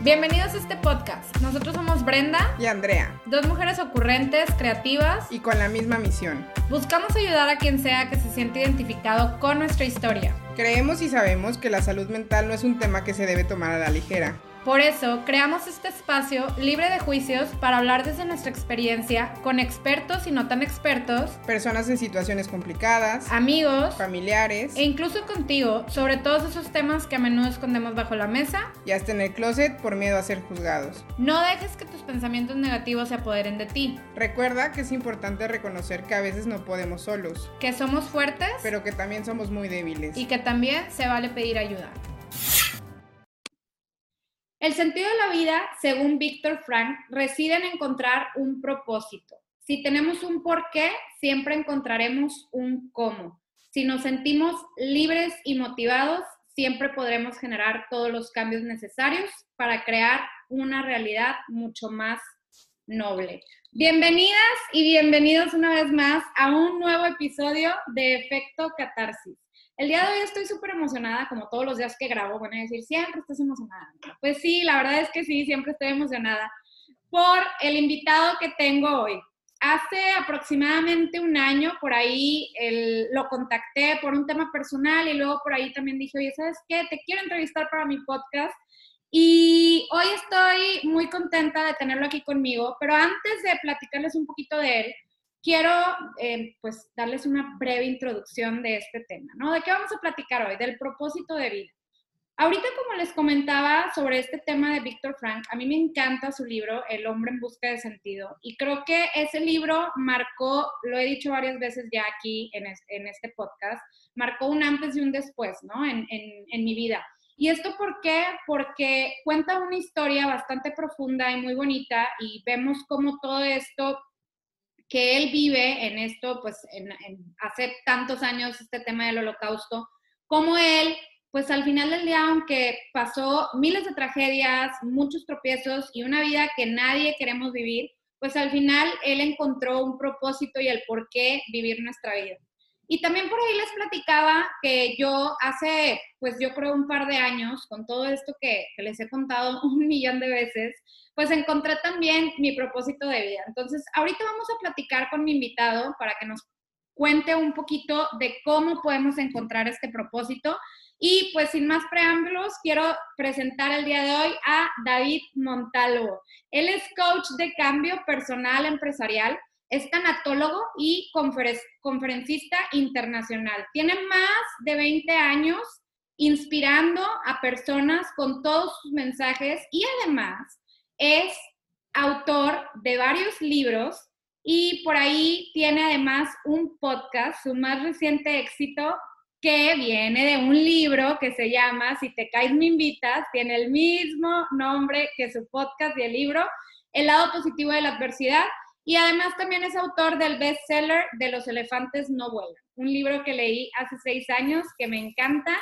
Bienvenidos a este podcast. Nosotros somos Brenda y Andrea, dos mujeres ocurrentes, creativas y con la misma misión. Buscamos ayudar a quien sea que se siente identificado con nuestra historia. Creemos y sabemos que la salud mental no es un tema que se debe tomar a la ligera. Por eso, creamos este espacio libre de juicios para hablar desde nuestra experiencia con expertos y no tan expertos, personas en situaciones complicadas, amigos, familiares e incluso contigo sobre todos esos temas que a menudo escondemos bajo la mesa y hasta en el closet por miedo a ser juzgados. No dejes que tus pensamientos negativos se apoderen de ti. Recuerda que es importante reconocer que a veces no podemos solos, que somos fuertes, pero que también somos muy débiles y que también se vale pedir ayuda. El sentido de la vida, según Viktor Frankl, reside en encontrar un propósito. Si tenemos un porqué, siempre encontraremos un cómo. Si nos sentimos libres y motivados, siempre podremos generar todos los cambios necesarios para crear una realidad mucho más noble. Bienvenidas y bienvenidos una vez más a un nuevo episodio de Efecto Catarsis. El día de hoy estoy súper emocionada, como todos los días que grabo, van a decir, siempre estás emocionada. Pues sí, la verdad es que sí, siempre estoy emocionada por el invitado que tengo hoy. Hace aproximadamente un año, por ahí lo contacté por un tema personal y luego por ahí también dije, oye, ¿sabes qué? Te quiero entrevistar para mi podcast. Y hoy estoy muy contenta de tenerlo aquí conmigo, pero antes de platicarles un poquito de él, quiero pues darles una breve introducción de este tema, ¿no? ¿De qué vamos a platicar hoy? Del propósito de vida. Ahorita, como les comentaba sobre este tema de Viktor Frankl, a mí me encanta su libro, El hombre en busca de sentido, y creo que ese libro marcó, lo he dicho varias veces ya aquí en este podcast, marcó un antes y un después, ¿no? En mi vida. ¿Y esto por qué? Porque cuenta una historia bastante profunda y muy bonita, y vemos cómo todo esto que él vive en esto, pues hace tantos años, este tema del holocausto, como él, pues al final del día, aunque pasó miles de tragedias, muchos tropiezos y una vida que nadie queremos vivir, pues al final él encontró un propósito y el por qué vivir nuestra vida. Y también por ahí les platicaba que yo hace, pues yo creo un par de años, con todo esto que les he contado 1,000,000 de veces, pues encontré también mi propósito de vida. Entonces, ahorita vamos a platicar con mi invitado para que nos cuente un poquito de cómo podemos encontrar este propósito. Y pues sin más preámbulos, quiero presentar el día de hoy a David Montalvo. Él es coach de cambio personal empresarial, es tanatólogo y conferencista internacional. Tiene más de 20 años inspirando a personas con todos sus mensajes y además es autor de varios libros y por ahí tiene además un podcast, su más reciente éxito, que viene de un libro que se llama Si te caes me invitas, tiene el mismo nombre que su podcast y el libro, El lado positivo de la adversidad, y además también es autor del bestseller de Los elefantes no vuelan, un libro que leí hace 6 años que me encanta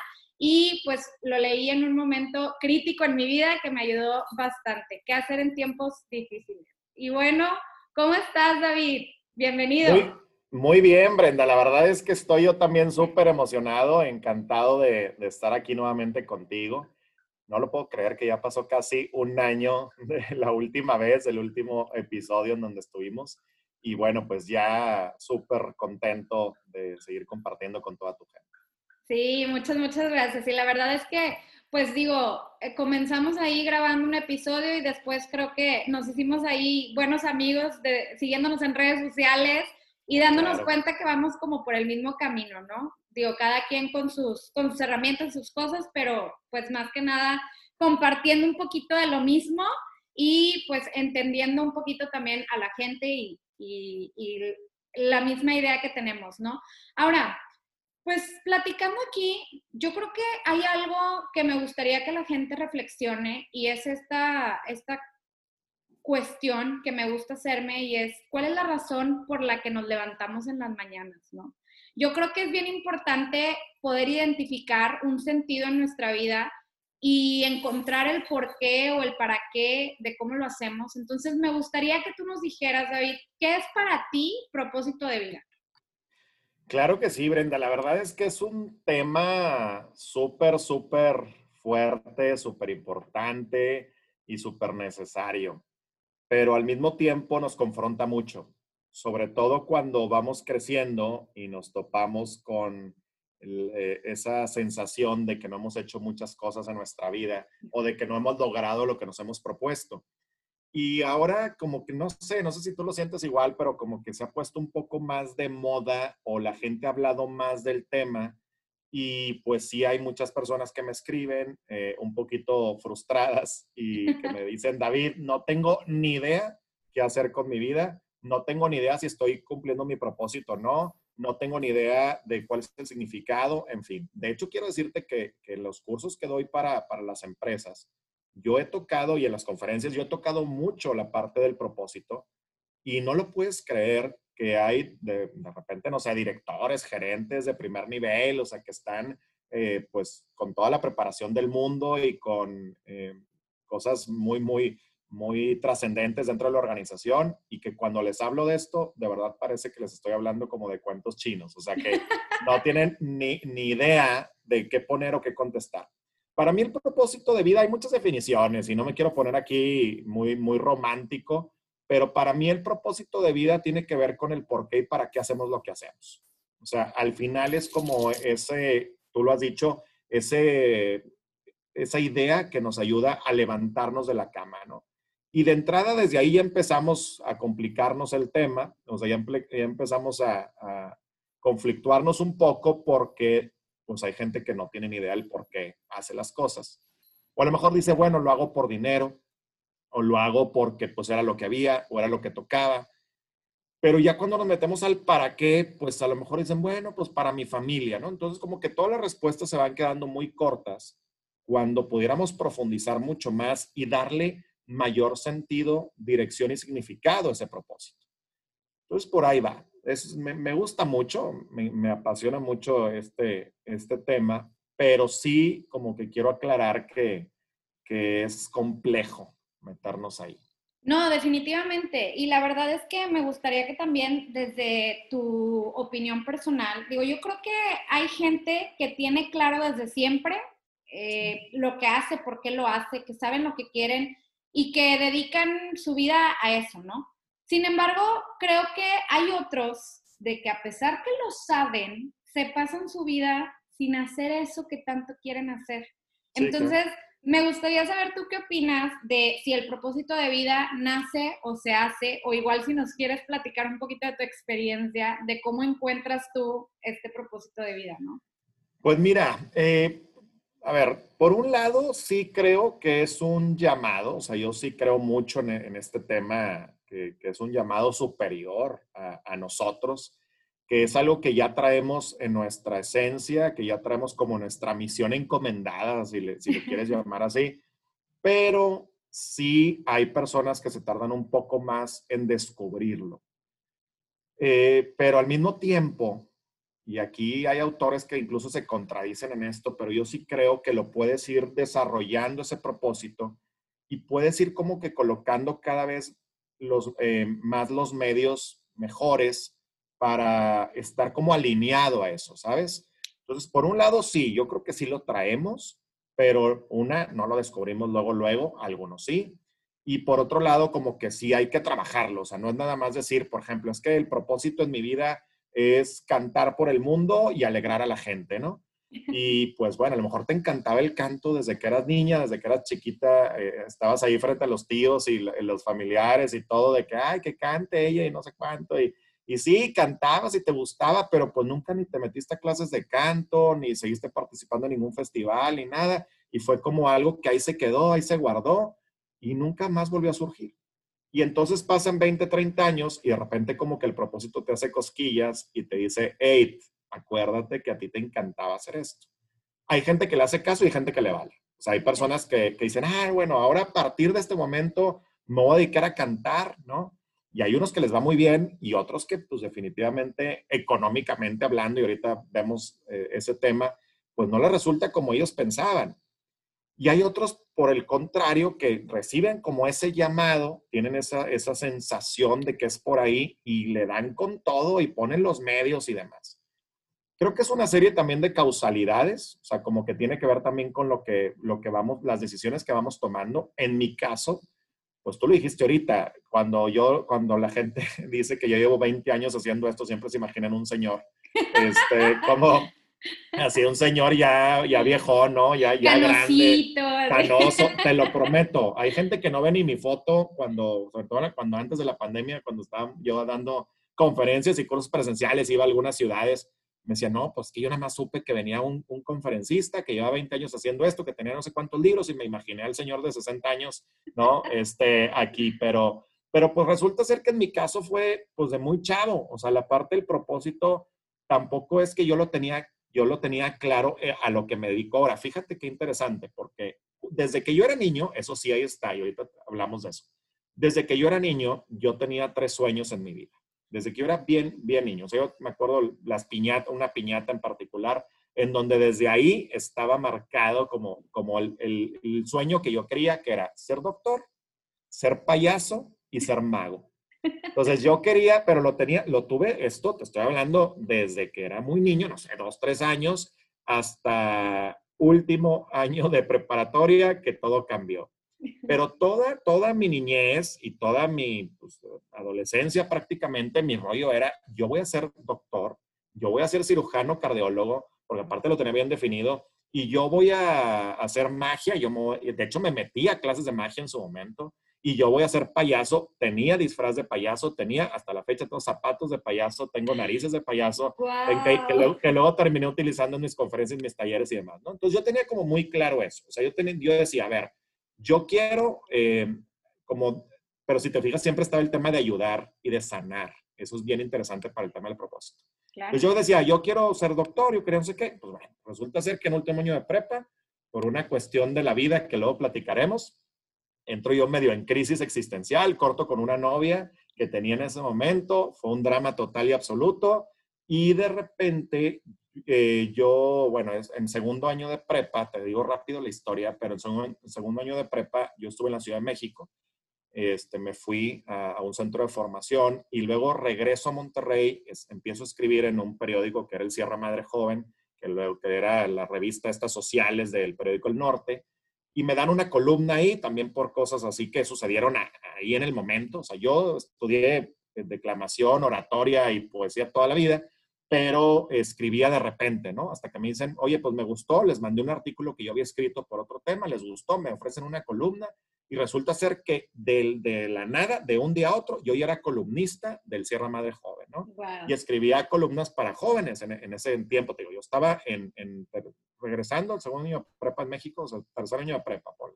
y pues lo leí en un momento crítico en mi vida que me ayudó bastante. ¿Qué hacer en tiempos difíciles? Y bueno, ¿cómo estás, David? Bienvenido. Muy bien, Brenda. La verdad es que estoy yo también súper emocionado, encantado de estar aquí nuevamente contigo. No lo puedo creer que ya pasó casi un año de la última vez, el último episodio en donde estuvimos. Y bueno, pues ya súper contento de seguir compartiendo con toda tu gente. Sí, muchas gracias. Y la verdad es que, pues digo, comenzamos ahí grabando un episodio y después creo que nos hicimos ahí buenos amigos, siguiéndonos en redes sociales y dándonos cuenta que vamos como por el mismo camino, ¿no? Digo, cada quien con sus herramientas, sus cosas, pero pues más que nada compartiendo un poquito de lo mismo y pues entendiendo un poquito también a la gente y la misma idea que tenemos, ¿no? Ahora, pues platicando aquí, yo creo que hay algo que me gustaría que la gente reflexione y es esta cuestión que me gusta hacerme y es, ¿cuál es la razón por la que nos levantamos en las mañanas, no? Yo creo que es bien importante poder identificar un sentido en nuestra vida y encontrar el por qué o el para qué de cómo lo hacemos. Entonces, me gustaría que tú nos dijeras, David, ¿qué es para ti propósito de vida? Claro que sí, Brenda. La verdad es que es un tema súper fuerte, súper importante y súper necesario, pero al mismo tiempo nos confronta mucho, sobre todo cuando vamos creciendo y nos topamos con esa sensación de que no hemos hecho muchas cosas en nuestra vida o de que no hemos logrado lo que nos hemos propuesto. Y ahora como que no sé si tú lo sientes igual, pero como que se ha puesto un poco más de moda o la gente ha hablado más del tema y pues sí hay muchas personas que me escriben un poquito frustradas y que me dicen, David, no tengo ni idea qué hacer con mi vida, no tengo ni idea si estoy cumpliendo mi propósito o no, no tengo ni idea de cuál es el significado, en fin. De hecho, quiero decirte que los cursos que doy para las empresas, yo he tocado, y en las conferencias, yo he tocado mucho la parte del propósito y no lo puedes creer que hay de repente, no sé, directores, gerentes de primer nivel, o sea, que están pues con toda la preparación del mundo y con cosas muy trascendentes dentro de la organización y que cuando les hablo de esto, de verdad parece que les estoy hablando como de cuentos chinos, o sea, que no tienen ni idea de qué poner o qué contestar. Para mí el propósito de vida hay muchas definiciones y no me quiero poner aquí muy romántico, pero para mí el propósito de vida tiene que ver con el por qué y para qué hacemos lo que hacemos. O sea, al final es como ese, tú lo has dicho, esa idea que nos ayuda a levantarnos de la cama, ¿no? Y de entrada desde ahí ya empezamos a complicarnos el tema, o sea, ya empezamos a conflictuarnos un poco porque pues hay gente que no tiene ni idea del por qué hace las cosas. O a lo mejor dice, bueno, lo hago por dinero, o lo hago porque pues era lo que había, o era lo que tocaba. Pero ya cuando nos metemos al para qué, pues a lo mejor dicen, bueno, pues para mi familia, ¿no? Entonces como que todas las respuestas se van quedando muy cortas cuando pudiéramos profundizar mucho más y darle mayor sentido, dirección y significado a ese propósito. Entonces por ahí va. Me gusta mucho, me apasiona mucho este tema, pero sí como que quiero aclarar que es complejo meternos ahí. No, definitivamente. Y la verdad es que me gustaría que también desde tu opinión personal, digo, yo creo que hay gente que tiene claro desde siempre lo que hace, por qué lo hace, que saben lo que quieren y que dedican su vida a eso, ¿no? Sin embargo, creo que hay otros de que a pesar que lo saben, se pasan su vida sin hacer eso que tanto quieren hacer. Sí, claro. Entonces, me gustaría saber tú qué opinas de si el propósito de vida nace o se hace, o igual si nos quieres platicar un poquito de tu experiencia, de cómo encuentras tú este propósito de vida, ¿no? Pues mira, a ver, por un lado sí creo que es un llamado, o sea, yo sí creo mucho en este tema, que es un llamado superior a nosotros, que es algo que ya traemos en nuestra esencia, que ya traemos como nuestra misión encomendada, si le quieres llamar así, pero sí hay personas que se tardan un poco más en descubrirlo. Pero al mismo tiempo, y aquí hay autores que incluso se contradicen en esto, pero yo sí creo que lo puedes ir desarrollando ese propósito y puedes ir como que colocando cada vez más los medios mejores para estar como alineado a eso, ¿sabes? Entonces, por un lado, sí, yo creo que sí lo traemos, pero no lo descubrimos luego, algunos sí. Y por otro lado, como que sí hay que trabajarlo, o sea, no es nada más decir, por ejemplo, es que el propósito en mi vida es cantar por el mundo y alegrar a la gente, ¿no? Y pues bueno, a lo mejor te encantaba el canto desde que eras niña, desde que eras chiquita, estabas ahí frente a los tíos y los familiares y todo, de que, ay, que cante ella y no sé cuánto. Y sí, cantabas y te gustaba, pero pues nunca ni te metiste a clases de canto, ni seguiste participando en ningún festival, ni nada. Y fue como algo que ahí se quedó, ahí se guardó y nunca más volvió a surgir. Y entonces pasan 20, 30 años y de repente como que el propósito te hace cosquillas y te dice, hey, acuérdate que a ti te encantaba hacer esto. Hay gente que le hace caso y hay gente que le vale. O sea, hay personas que dicen, ah, bueno, ahora a partir de este momento me voy a dedicar a cantar, ¿no? Y hay unos que les va muy bien y otros que pues definitivamente económicamente hablando, y ahorita vemos ese tema, pues no les resulta como ellos pensaban. Y hay otros, por el contrario, que reciben como ese llamado, tienen esa sensación de que es por ahí y le dan con todo y ponen los medios y demás. Creo que es una serie también de causalidades, o sea, como que tiene que ver también con lo que vamos, las decisiones que vamos tomando. En mi caso, pues tú lo dijiste ahorita, cuando la gente dice que yo llevo 20 años haciendo esto, siempre se imaginan un señor, como así un señor ya viejo, ¿no? Ya grande, Canosito. canoso, te lo prometo. Hay gente que no ve ni mi foto sobre todo cuando antes de la pandemia, cuando estaba yo dando conferencias y cursos presenciales, iba a algunas ciudades, me decía, no, pues que yo nada más supe que venía un conferencista que lleva 20 años haciendo esto, que tenía no sé cuántos libros y me imaginé al señor de 60 años, ¿no? Aquí, pero pues resulta ser que en mi caso fue pues de muy chavo, o sea, la parte del propósito tampoco es que yo lo tenía claro a lo que me dedico ahora. Fíjate qué interesante, porque desde que yo era niño, eso sí, ahí está, y ahorita hablamos de eso. Desde que yo era niño, yo tenía 3 sueños en mi vida. Desde que yo era bien, bien niño. O sea, yo me acuerdo una piñata en particular, en donde desde ahí estaba marcado como el sueño que yo quería, que era ser doctor, ser payaso y ser mago. Entonces yo quería, pero lo tuve, te estoy hablando desde que era muy niño, no sé, 2, 3 años, hasta último año de preparatoria, que todo cambió. Pero toda mi niñez y toda mi pues, adolescencia prácticamente, mi rollo era, yo voy a ser doctor, yo voy a ser cirujano cardiólogo, porque aparte lo tenía bien definido, y yo voy a hacer magia, de hecho me metí a clases de magia en su momento, y yo voy a ser payaso, tenía disfraz de payaso, tenía hasta la fecha todos zapatos de payaso, tengo narices de payaso, Wow. que luego terminé utilizando en mis conferencias, en mis talleres y demás, ¿no? Entonces yo tenía como muy claro eso, o sea, yo decía, a ver, yo quiero, como, pero si te fijas, siempre estaba el tema de ayudar y de sanar. Eso es bien interesante para el tema del propósito. Entonces Claro. yo decía, yo quiero ser doctor, yo quería no sé qué. Pues bueno, resulta ser que en último año de prepa, por una cuestión de la vida que luego platicaremos, entro yo medio en crisis existencial, corto con una novia que tenía en ese momento, fue un drama total y absoluto, y de repente bueno, en segundo año de prepa, te digo rápido la historia, pero en segundo año de prepa yo estuve en la Ciudad de México, me fui a un centro de formación y luego regreso a Monterrey, empiezo a escribir en un periódico que era el Sierra Madre Joven, que era la revista estas sociales del periódico El Norte, y me dan una columna ahí también por cosas así que sucedieron ahí en el momento. O sea, yo estudié declamación, oratoria y poesía toda la vida, pero escribía de repente, ¿no? Hasta que me dicen, oye, pues me gustó, les mandé un artículo que yo había escrito por otro tema, les gustó, me ofrecen una columna y resulta ser que de la nada, de un día a otro, yo ya era columnista del Sierra Madre Joven, ¿no? Y Wow. escribía columnas para jóvenes en ese tiempo, te digo, yo estaba regresando al segundo año de prepa en México, o sea, tercer año de prepa, Paul.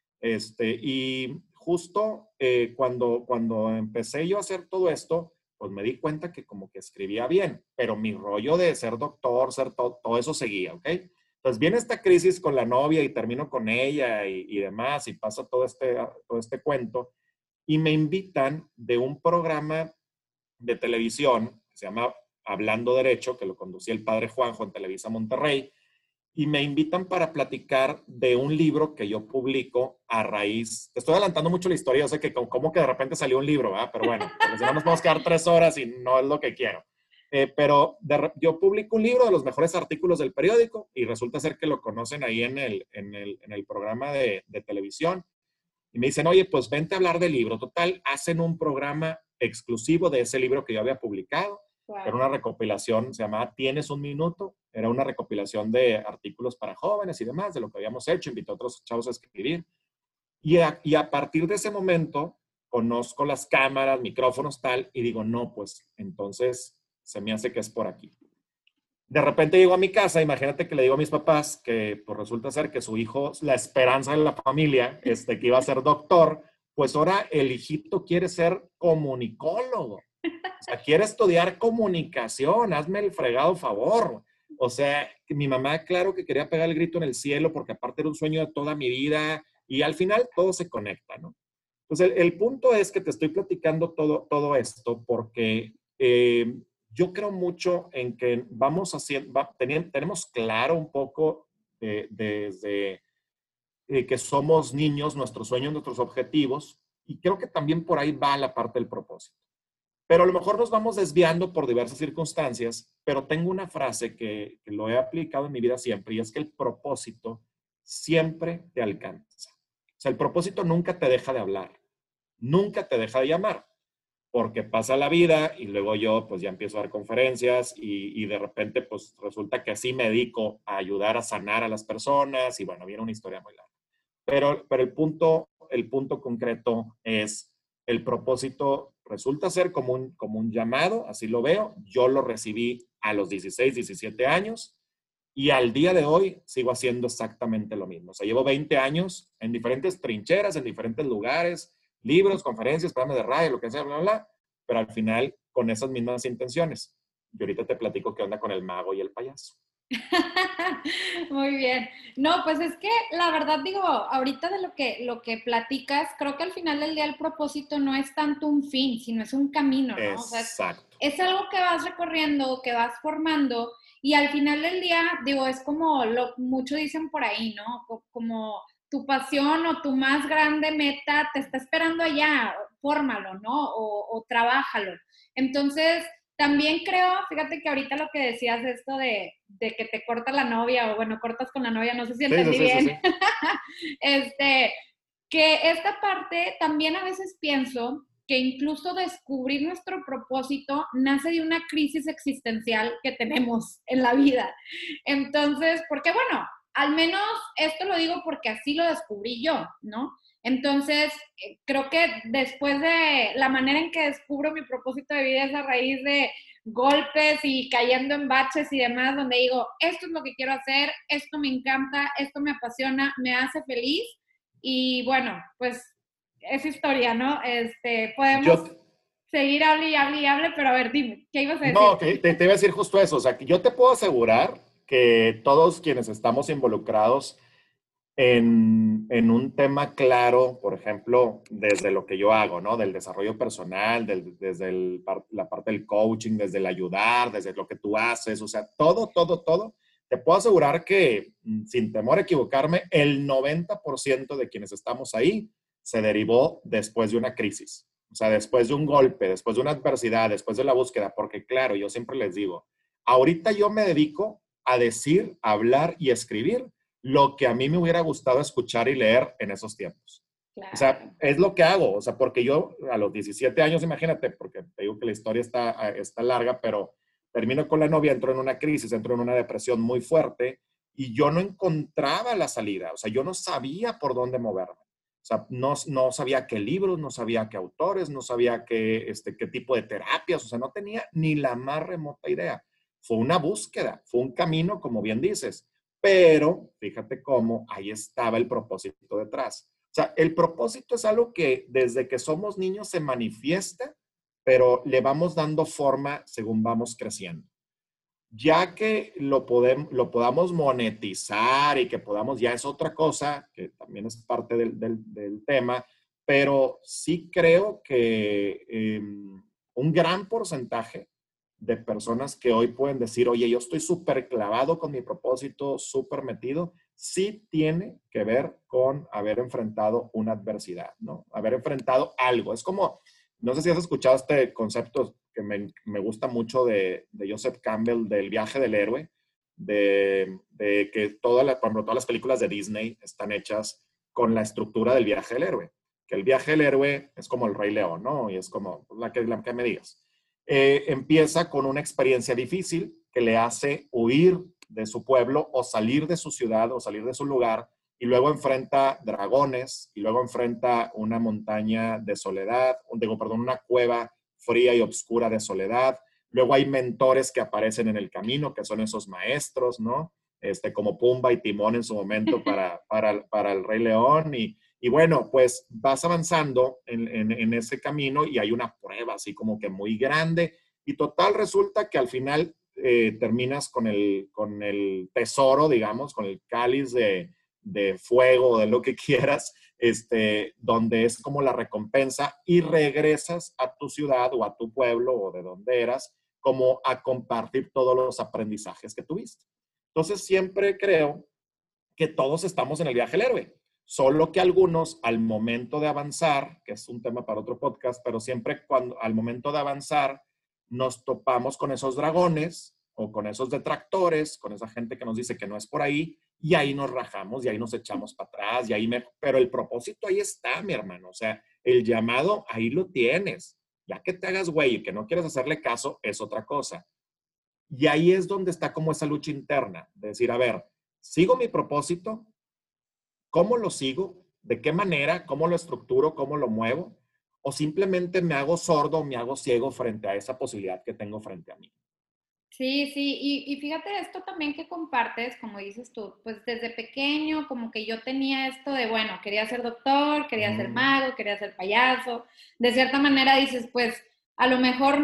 Y justo cuando empecé yo a hacer todo esto, pues me di cuenta que como que escribía bien, pero mi rollo de ser doctor, todo eso seguía, ¿ok? Entonces viene esta crisis con la novia y termino con ella y demás, y pasa todo este cuento, y me invitan de un programa de televisión que se llama Hablando Derecho, que lo conducía el padre Juanjo en Televisa Monterrey, y me invitan para platicar de un libro que yo publico a raíz. Te estoy adelantando mucho la historia, yo sé que como que de repente salió un libro, ¿verdad? Pero bueno, porque si no nos podemos quedar 3 horas y no es lo que quiero. Pero yo publico un libro de los mejores artículos del periódico y resulta ser que lo conocen ahí en el programa de televisión y me dicen, oye, pues vente a hablar del libro. Total, hacen un programa exclusivo de ese libro que yo había publicado. Era Wow. una recopilación, se llamaba Tienes un Minuto. Era una recopilación de artículos para jóvenes y demás, de lo que habíamos hecho. Invité a otros chavos a escribir. Y a partir de ese momento, conozco las cámaras, micrófonos, tal, y digo, no, pues entonces se me hace que es por aquí. De repente llego a mi casa, imagínate que le digo a mis papás que pues resulta ser que su hijo, la esperanza de la familia, que iba a ser doctor, pues ahora el hijito quiere ser comunicólogo. O sea, quiere estudiar comunicación, hazme el fregado favor. O sea, que mi mamá, claro que quería pegar el grito en el cielo porque aparte era un sueño de toda mi vida y al final todo se conecta, ¿no? Entonces, el punto es que te estoy platicando todo esto porque yo creo mucho en que vamos haciendo, tenemos claro un poco desde que somos niños, nuestros sueños, nuestros objetivos, y creo que también por ahí va la parte del propósito. Pero a lo mejor nos vamos desviando por diversas circunstancias, pero tengo una frase que lo he aplicado en mi vida siempre y es que el propósito siempre te alcanza. O sea, el propósito nunca te deja de hablar, nunca te deja de llamar, porque pasa la vida y luego yo pues ya empiezo a dar conferencias y de repente pues resulta que así me dedico a ayudar a sanar a las personas y bueno, viene una historia muy larga. Pero el punto concreto es el propósito resulta ser como un llamado, así lo veo. Yo lo recibí a los 16, 17 años y al día de hoy sigo haciendo exactamente lo mismo. O sea, llevo 20 años en diferentes trincheras, en diferentes lugares, libros, conferencias, programas de radio, lo que sea, bla, bla, bla, pero al final con esas mismas intenciones. Y ahorita te platico qué onda con el mago y el payaso. Muy bien. No, pues es que la verdad digo, ahorita de lo que platicas, creo que al final del día el propósito no es tanto un fin, sino es un camino, ¿no? O sea, Exacto. es algo que vas recorriendo, que vas formando y al final del día, digo, es como lo muchos dicen por ahí, ¿no? Como tu pasión o tu más grande meta te está esperando allá, fórmalo, ¿no? O trabájalo. Entonces, también creo, fíjate que ahorita lo que decías esto de que te corta la novia, o bueno, cortas con la novia, no sé si Sí, sí, entendí sí, sí, bien, sí. que esta parte también a veces pienso que incluso descubrir nuestro propósito nace de una crisis existencial que tenemos en la vida. Entonces, porque bueno, al menos esto lo digo porque así lo descubrí yo, ¿no? Entonces, creo que después de la manera en que descubro mi propósito de vida es a raíz de golpes y cayendo en baches y demás, donde digo, esto es lo que quiero hacer, esto me encanta, esto me apasiona, me hace feliz y bueno, pues es historia, ¿no? Podemos Yo, seguir hable y hable y hable, pero a ver, dime, ¿qué ibas a decir? No, te iba a decir justo eso. O sea, que yo te puedo asegurar que todos quienes estamos involucrados en un tema claro, por ejemplo, desde lo que yo hago, ¿no? Del desarrollo personal, desde la parte del coaching, desde el ayudar, desde lo que tú haces, o sea, todo. Te puedo asegurar que, sin temor a equivocarme, el 90% de quienes estamos ahí se derivó después de una crisis. O sea, después de un golpe, después de una adversidad, después de la búsqueda, porque claro, yo siempre les digo, ahorita yo me dedico a decir, a hablar y escribir lo que a mí me hubiera gustado escuchar y leer en esos tiempos. O sea, Claro. es lo que hago. O sea, porque yo a los 17 años, imagínate, porque te digo que la historia está larga, pero termino con la novia, entro en una crisis, entro en una depresión muy fuerte y yo no encontraba la salida. O sea, yo no sabía por dónde moverme. O sea, no sabía qué libros, no sabía qué autores, no sabía qué tipo de terapias. O sea, no tenía ni la más remota idea. Fue una búsqueda, fue un camino, como bien dices. Pero fíjate cómo ahí estaba el propósito detrás. O sea, el propósito es algo que desde que somos niños se manifiesta, pero le vamos dando forma según vamos creciendo. Ya que lo podamos monetizar y que podamos, ya es otra cosa, que también es parte del tema, pero sí creo que un gran porcentaje de personas que hoy pueden decir, oye, yo estoy súper clavado con mi propósito, súper metido, sí tiene que ver con haber enfrentado una adversidad, ¿no? Haber enfrentado algo. Es como, no sé si has escuchado este concepto que me gusta mucho de Joseph Campbell, del viaje del héroe, de que todas las películas de Disney están hechas con la estructura del viaje del héroe. Que el viaje del héroe es como el Rey León, ¿no? Y es como la que me digas. Empieza con una experiencia difícil que le hace huir de su pueblo o salir de su ciudad o salir de su lugar y luego enfrenta dragones y luego enfrenta una montaña de soledad, perdón, una cueva fría y oscura de soledad. Luego hay mentores que aparecen en el camino, que son esos maestros, ¿no? Como Pumba y Timón en su momento para el Rey León. Y bueno, pues vas avanzando en ese camino y hay una prueba así como que muy grande. Y total resulta que al final terminas con el tesoro, digamos, con el cáliz de fuego, de lo que quieras, donde es como la recompensa y regresas a tu ciudad o a tu pueblo o de donde eras, como a compartir todos los aprendizajes que tuviste. Entonces siempre creo que todos estamos en el viaje del héroe. Solo que algunos, al momento de avanzar, que es un tema para otro podcast, pero siempre al momento de avanzar, nos topamos con esos dragones o con esos detractores, con esa gente que nos dice que no es por ahí, y ahí nos rajamos y ahí nos echamos para atrás, pero el propósito ahí está, mi hermano. O sea, el llamado ahí lo tienes. Ya que te hagas güey y que no quieres hacerle caso, es otra cosa. Y ahí es donde está como esa lucha interna, de decir, a ver, ¿sigo mi propósito? ¿Cómo lo sigo? ¿De qué manera? ¿Cómo lo estructuro? ¿Cómo lo muevo? ¿O simplemente me hago sordo, me hago ciego frente a esa posibilidad que tengo frente a mí? Sí, sí, y fíjate esto también que compartes, como dices tú, pues desde pequeño como que yo tenía esto de, bueno, quería ser doctor, quería ser mago, quería ser payaso, de cierta manera dices, pues a lo mejor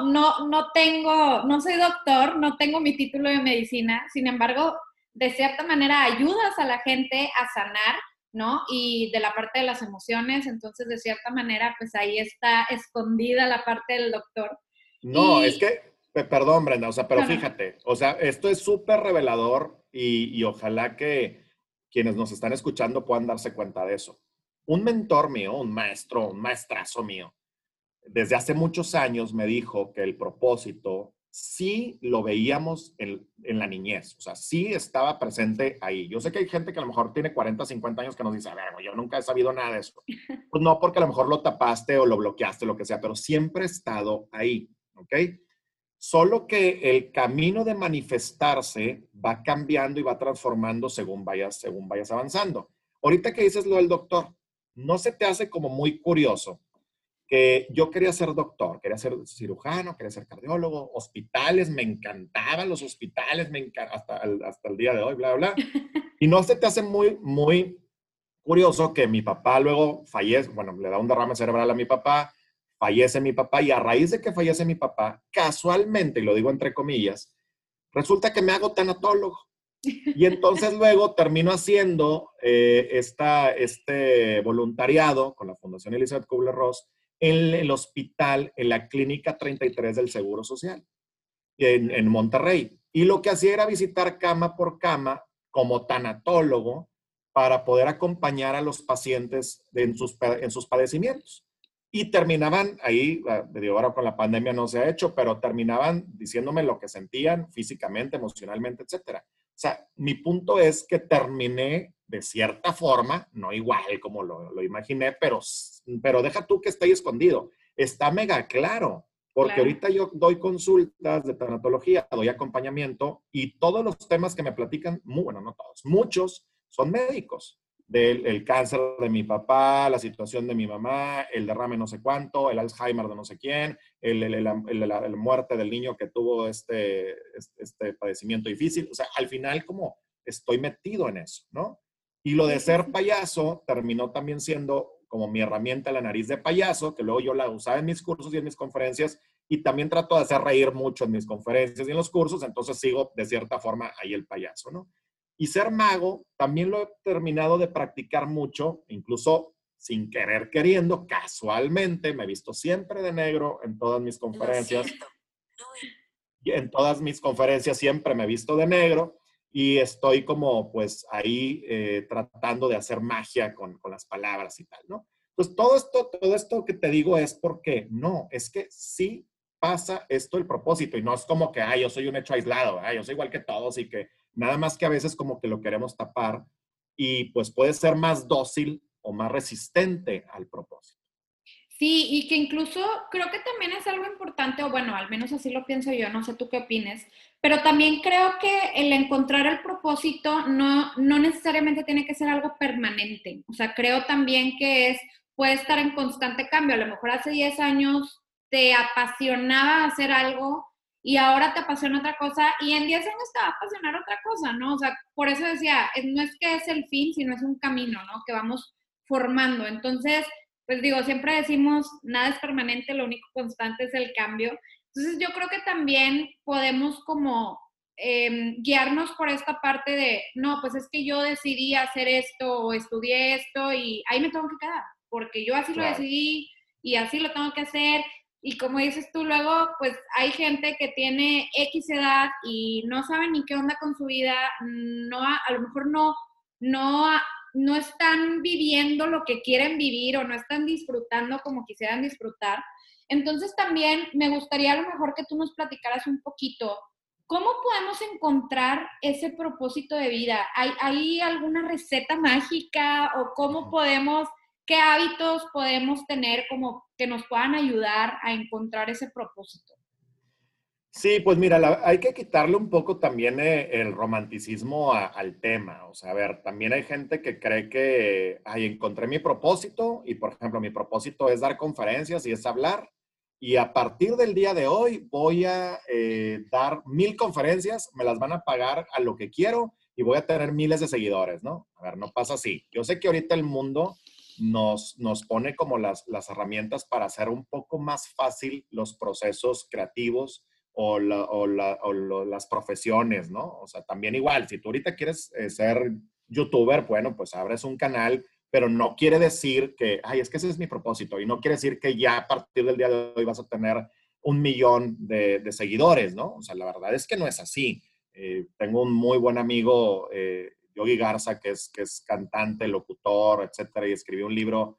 no soy doctor, no tengo mi título de medicina, sin embargo, de cierta manera ayudas a la gente a sanar, ¿no? Y de la parte de las emociones, entonces de cierta manera, pues ahí está escondida la parte del doctor. No, es Y, que, perdón, Brenda, o sea, pero no, no, no. fíjate, o sea, esto es súper revelador y ojalá que quienes nos están escuchando puedan darse cuenta de eso. Un mentor mío, un maestro, un maestrazo mío, desde hace muchos años me dijo que el propósito sí lo veíamos en la niñez, o sea, sí estaba presente ahí. Yo sé que hay gente que a lo mejor tiene 40, 50 años que nos dice, a ver, yo nunca he sabido nada de eso. Pues no, porque a lo mejor lo tapaste o lo bloqueaste, lo que sea, pero siempre ha estado ahí, ¿ok? Solo que el camino de manifestarse va cambiando y va transformando según vayas avanzando. Ahorita que dices lo del doctor, ¿no se te hace como muy curioso que yo quería ser doctor, quería ser cirujano, quería ser cardiólogo, hospitales, me encantaban los hospitales, hasta el día de hoy, bla, bla, bla? Y no se te hace muy, muy curioso que mi papá luego fallece, bueno, le da un derrame cerebral a mi papá, fallece mi papá y a raíz de que fallece mi papá, casualmente, y lo digo entre comillas, resulta que me hago tanatólogo. Y entonces luego termino haciendo este voluntariado con la Fundación Elizabeth Kubler-Ross en el hospital, en la Clínica 33 del Seguro Social, en Monterrey. Y lo que hacía era visitar cama por cama como tanatólogo para poder acompañar a los pacientes en sus padecimientos. Y terminaban ahí, digo, ahora con la pandemia no se ha hecho, pero terminaban diciéndome lo que sentían físicamente, emocionalmente, etcétera. O sea, mi punto es que terminé de cierta forma, no igual como lo imaginé, pero deja tú que esté ahí escondido. Está mega claro, porque Claro. ahorita yo doy consultas de tanatología, doy acompañamiento y todos los temas que me platican, bueno, no todos, muchos son médicos. Del cáncer de mi papá, la situación de mi mamá, el derrame no sé cuánto, el Alzheimer de no sé quién, la muerte del niño que tuvo este padecimiento difícil. O sea, al final como estoy metido en eso, ¿no? Y lo de Sí, sí, ser sí. payaso terminó también siendo como mi herramienta, la nariz de payaso, que luego yo la usaba en mis cursos y en mis conferencias, y también trato de hacer reír mucho en mis conferencias y en los cursos, entonces sigo de cierta forma ahí el payaso, ¿no? Y ser mago también lo he terminado de practicar mucho, incluso sin querer queriendo, casualmente, me he visto siempre de negro en todas mis conferencias. Y en todas mis conferencias siempre me he visto de negro y estoy como pues ahí tratando de hacer magia con las palabras y tal, ¿no? Entonces todo esto que te digo es porque no, es que sí pasa esto el propósito y no es como que, ay, yo soy un hecho aislado, yo soy igual que todos y que nada más que a veces como que lo queremos tapar y pues puede ser más dócil o más resistente al propósito. Sí, y que incluso creo que también es algo importante, o bueno, al menos así lo pienso yo, no sé tú qué opines, pero también creo que el encontrar el propósito no necesariamente tiene que ser algo permanente. O sea, creo también que puede estar en constante cambio. A lo mejor hace 10 años te apasionaba hacer algo y ahora te apasiona otra cosa y en 10 años te va a apasionar otra cosa, ¿no? O sea, por eso decía, no es que es el fin, sino es un camino, ¿no? Que vamos formando. Entonces, pues digo, siempre decimos, nada es permanente, lo único constante es el cambio. Entonces yo creo que también podemos como guiarnos por esta parte de, no, pues es que yo decidí hacer esto o estudié esto y ahí me tengo que quedar, porque yo así lo Claro. decidí y así lo tengo que hacer. Y como dices tú, luego, pues hay gente que tiene X edad y no sabe ni qué onda con su vida, no, a lo mejor no no están viviendo lo que quieren vivir o no están disfrutando como quisieran disfrutar. Entonces también me gustaría a lo mejor que tú nos platicaras un poquito, ¿cómo podemos encontrar ese propósito de vida? ¿Hay alguna receta mágica o cómo podemos, qué hábitos podemos tener como que nos puedan ayudar a encontrar ese propósito? Sí, pues mira, hay que quitarle un poco también el romanticismo al tema. O sea, a ver, también hay gente que cree que, ay, encontré mi propósito y, por ejemplo, mi propósito es dar conferencias y es hablar. Y a partir del día de hoy voy a dar 1000 conferencias, me las van a pagar a lo que quiero y voy a tener miles de seguidores, ¿no? A ver, no pasa así. Yo sé que ahorita el mundo nos pone como las herramientas para hacer un poco más fácil los procesos creativos o las profesiones, ¿no? O sea, también igual, si tú ahorita quieres ser youtuber, bueno, pues abres un canal, pero no quiere decir que, ay, es que ese es mi propósito, y no quiere decir que ya a partir del día de hoy vas a tener 1 millón de seguidores, ¿no? O sea, la verdad es que no es así. Tengo un muy buen amigo, Yogi Garza, que es cantante, locutor, etcétera, y escribió un libro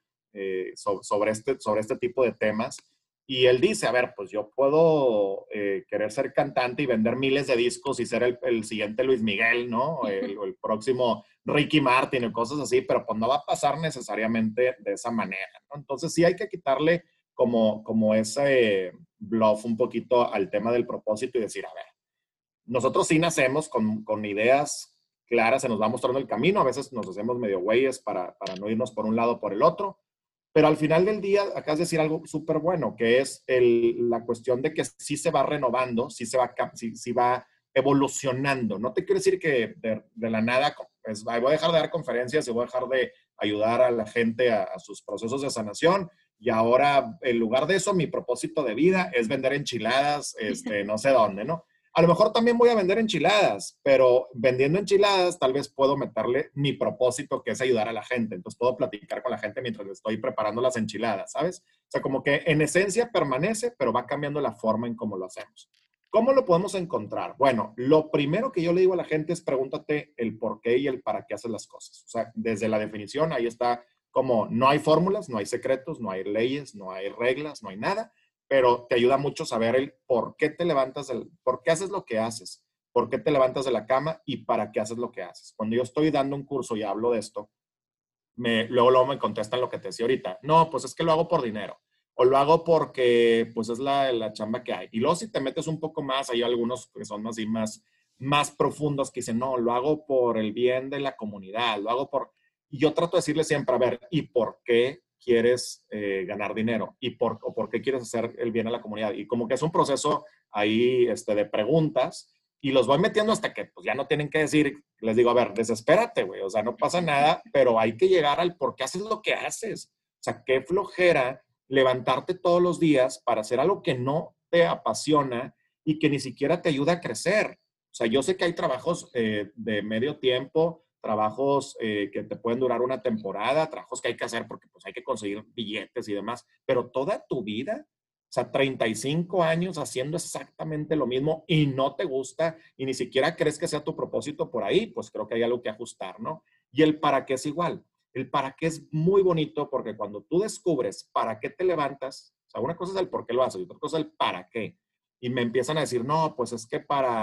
sobre este tipo de temas. Y él dice, a ver, pues yo puedo querer ser cantante y vender miles de discos y ser el siguiente Luis Miguel, ¿no? O el próximo Ricky Martin o cosas así, pero pues no va a pasar necesariamente de esa manera, ¿no? Entonces sí hay que quitarle como ese bluff un poquito al tema del propósito y decir, a ver, nosotros sí nacemos con ideas claras, se nos va mostrando el camino, a veces nos hacemos medio güeyes para no irnos por un lado o por el otro, pero al final del día, acabas de decir algo súper bueno, que es la cuestión de que sí se va renovando, sí va evolucionando. No te quiero decir que de la nada pues, voy a dejar de dar conferencias y voy a dejar de ayudar a la gente a sus procesos de sanación. Y ahora, en lugar de eso, mi propósito de vida es vender enchiladas, no sé dónde, ¿no? A lo mejor también voy a vender enchiladas, pero vendiendo enchiladas tal vez puedo meterle mi propósito, que es ayudar a la gente. Entonces puedo platicar con la gente mientras le estoy preparando las enchiladas, ¿sabes? O sea, como que en esencia permanece, pero va cambiando la forma en cómo lo hacemos. ¿Cómo lo podemos encontrar? Bueno, lo primero que yo le digo a la gente es pregúntate el por qué y el para qué haces las cosas. O sea, desde la definición, ahí está como no hay fórmulas, no hay secretos, no hay leyes, no hay reglas, no hay nada, pero te ayuda mucho saber el por qué te levantas, por qué haces lo que haces, por qué te levantas de la cama y para qué haces lo que haces. Cuando yo estoy dando un curso y hablo de esto, luego me contestan lo que te decía ahorita. No, pues es que lo hago por dinero. O lo hago porque pues es la chamba que hay. Y luego si te metes un poco más, hay algunos que son así más profundos que dicen, no, lo hago por el bien de la comunidad, lo hago por... Y yo trato de decirle siempre, a ver, ¿y por qué quieres ganar dinero? ¿O por qué quieres hacer el bien a la comunidad? Y como que es un proceso ahí de preguntas y los voy metiendo hasta que pues ya no tienen que decir, les digo, a ver, desespérate, güey, o sea, no pasa nada, pero hay que llegar al por qué haces lo que haces. O sea, qué flojera levantarte todos los días para hacer algo que no te apasiona y que ni siquiera te ayuda a crecer. O sea, yo sé que hay trabajos de medio tiempo, trabajos que te pueden durar una temporada, trabajos que hay que hacer porque pues hay que conseguir billetes y demás, pero toda tu vida, o sea, 35 años haciendo exactamente lo mismo y no te gusta y ni siquiera crees que sea tu propósito por ahí, pues creo que hay algo que ajustar, ¿no? Y el para qué es igual. El para qué es muy bonito porque cuando tú descubres para qué te levantas, o sea, una cosa es el por qué lo haces y otra cosa es el para qué. Y me empiezan a decir, no, pues es que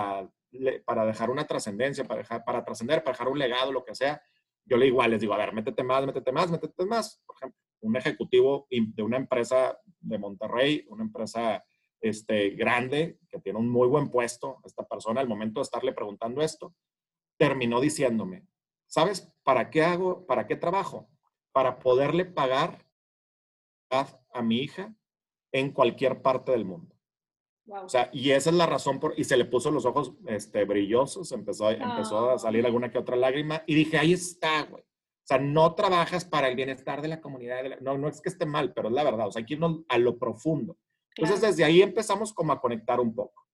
para dejar una trascendencia, para trascender, para dejar un legado, lo que sea, yo le igual les digo, a ver, métete más, métete más, métete más. Por ejemplo, un ejecutivo de una empresa de Monterrey, una empresa grande, que tiene un muy buen puesto, esta persona, al momento de estarle preguntando esto, terminó diciéndome, ¿sabes para qué trabajo? Para poderle pagar a mi hija en cualquier parte del mundo. O Wow. sea, y esa es la razón y se le puso los ojos brillosos, empezó a salir alguna que otra lágrima y dije, ahí está, güey. O sea, no trabajas para el bienestar de la comunidad. No es que esté mal, pero es la verdad. O sea, hay que irnos a lo profundo. Entonces, Claro. desde ahí empezamos como a conectar un poco.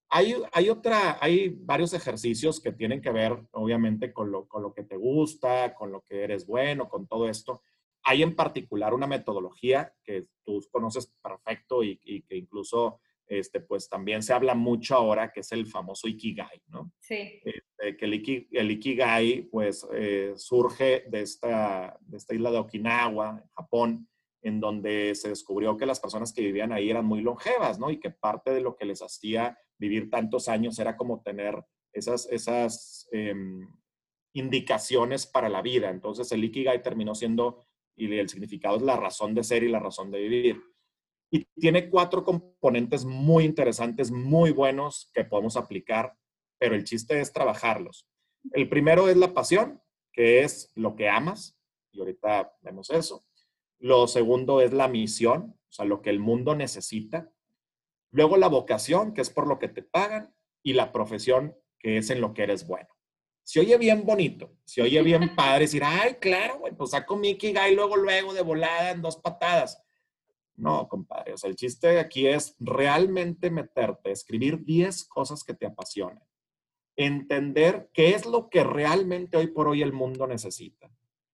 Hay varios ejercicios que tienen que ver, obviamente, con lo que te gusta, con lo que eres bueno, con todo esto. Hay en particular una metodología que tú conoces perfecto y que incluso pues también se habla mucho ahora, que es el famoso Ikigai, ¿no? Sí. que el Ikigai pues surge de esta isla de Okinawa, en Japón, en donde se descubrió que las personas que vivían ahí eran muy longevas, ¿no? Y que parte de lo que les hacía vivir tantos años era como tener esas indicaciones para la vida. Entonces el Ikigai terminó siendo, y el significado es la razón de ser y la razón de vivir. Y tiene 4 componentes muy interesantes, muy buenos que podemos aplicar, pero el chiste es trabajarlos. El primero es la pasión, que es lo que amas, y ahorita vemos eso. Lo segundo es la misión, o sea, lo que el mundo necesita. Luego la vocación, que es por lo que te pagan, y la profesión, que es en lo que eres bueno. Se oye bien bonito, se oye bien padre decir, ay, claro, güey, pues saco mi Ikigai luego de volada en 2 patadas. No, compadre, o sea, el chiste aquí es realmente meterte, escribir 10 cosas que te apasionen, entender qué es lo que realmente hoy por hoy el mundo necesita.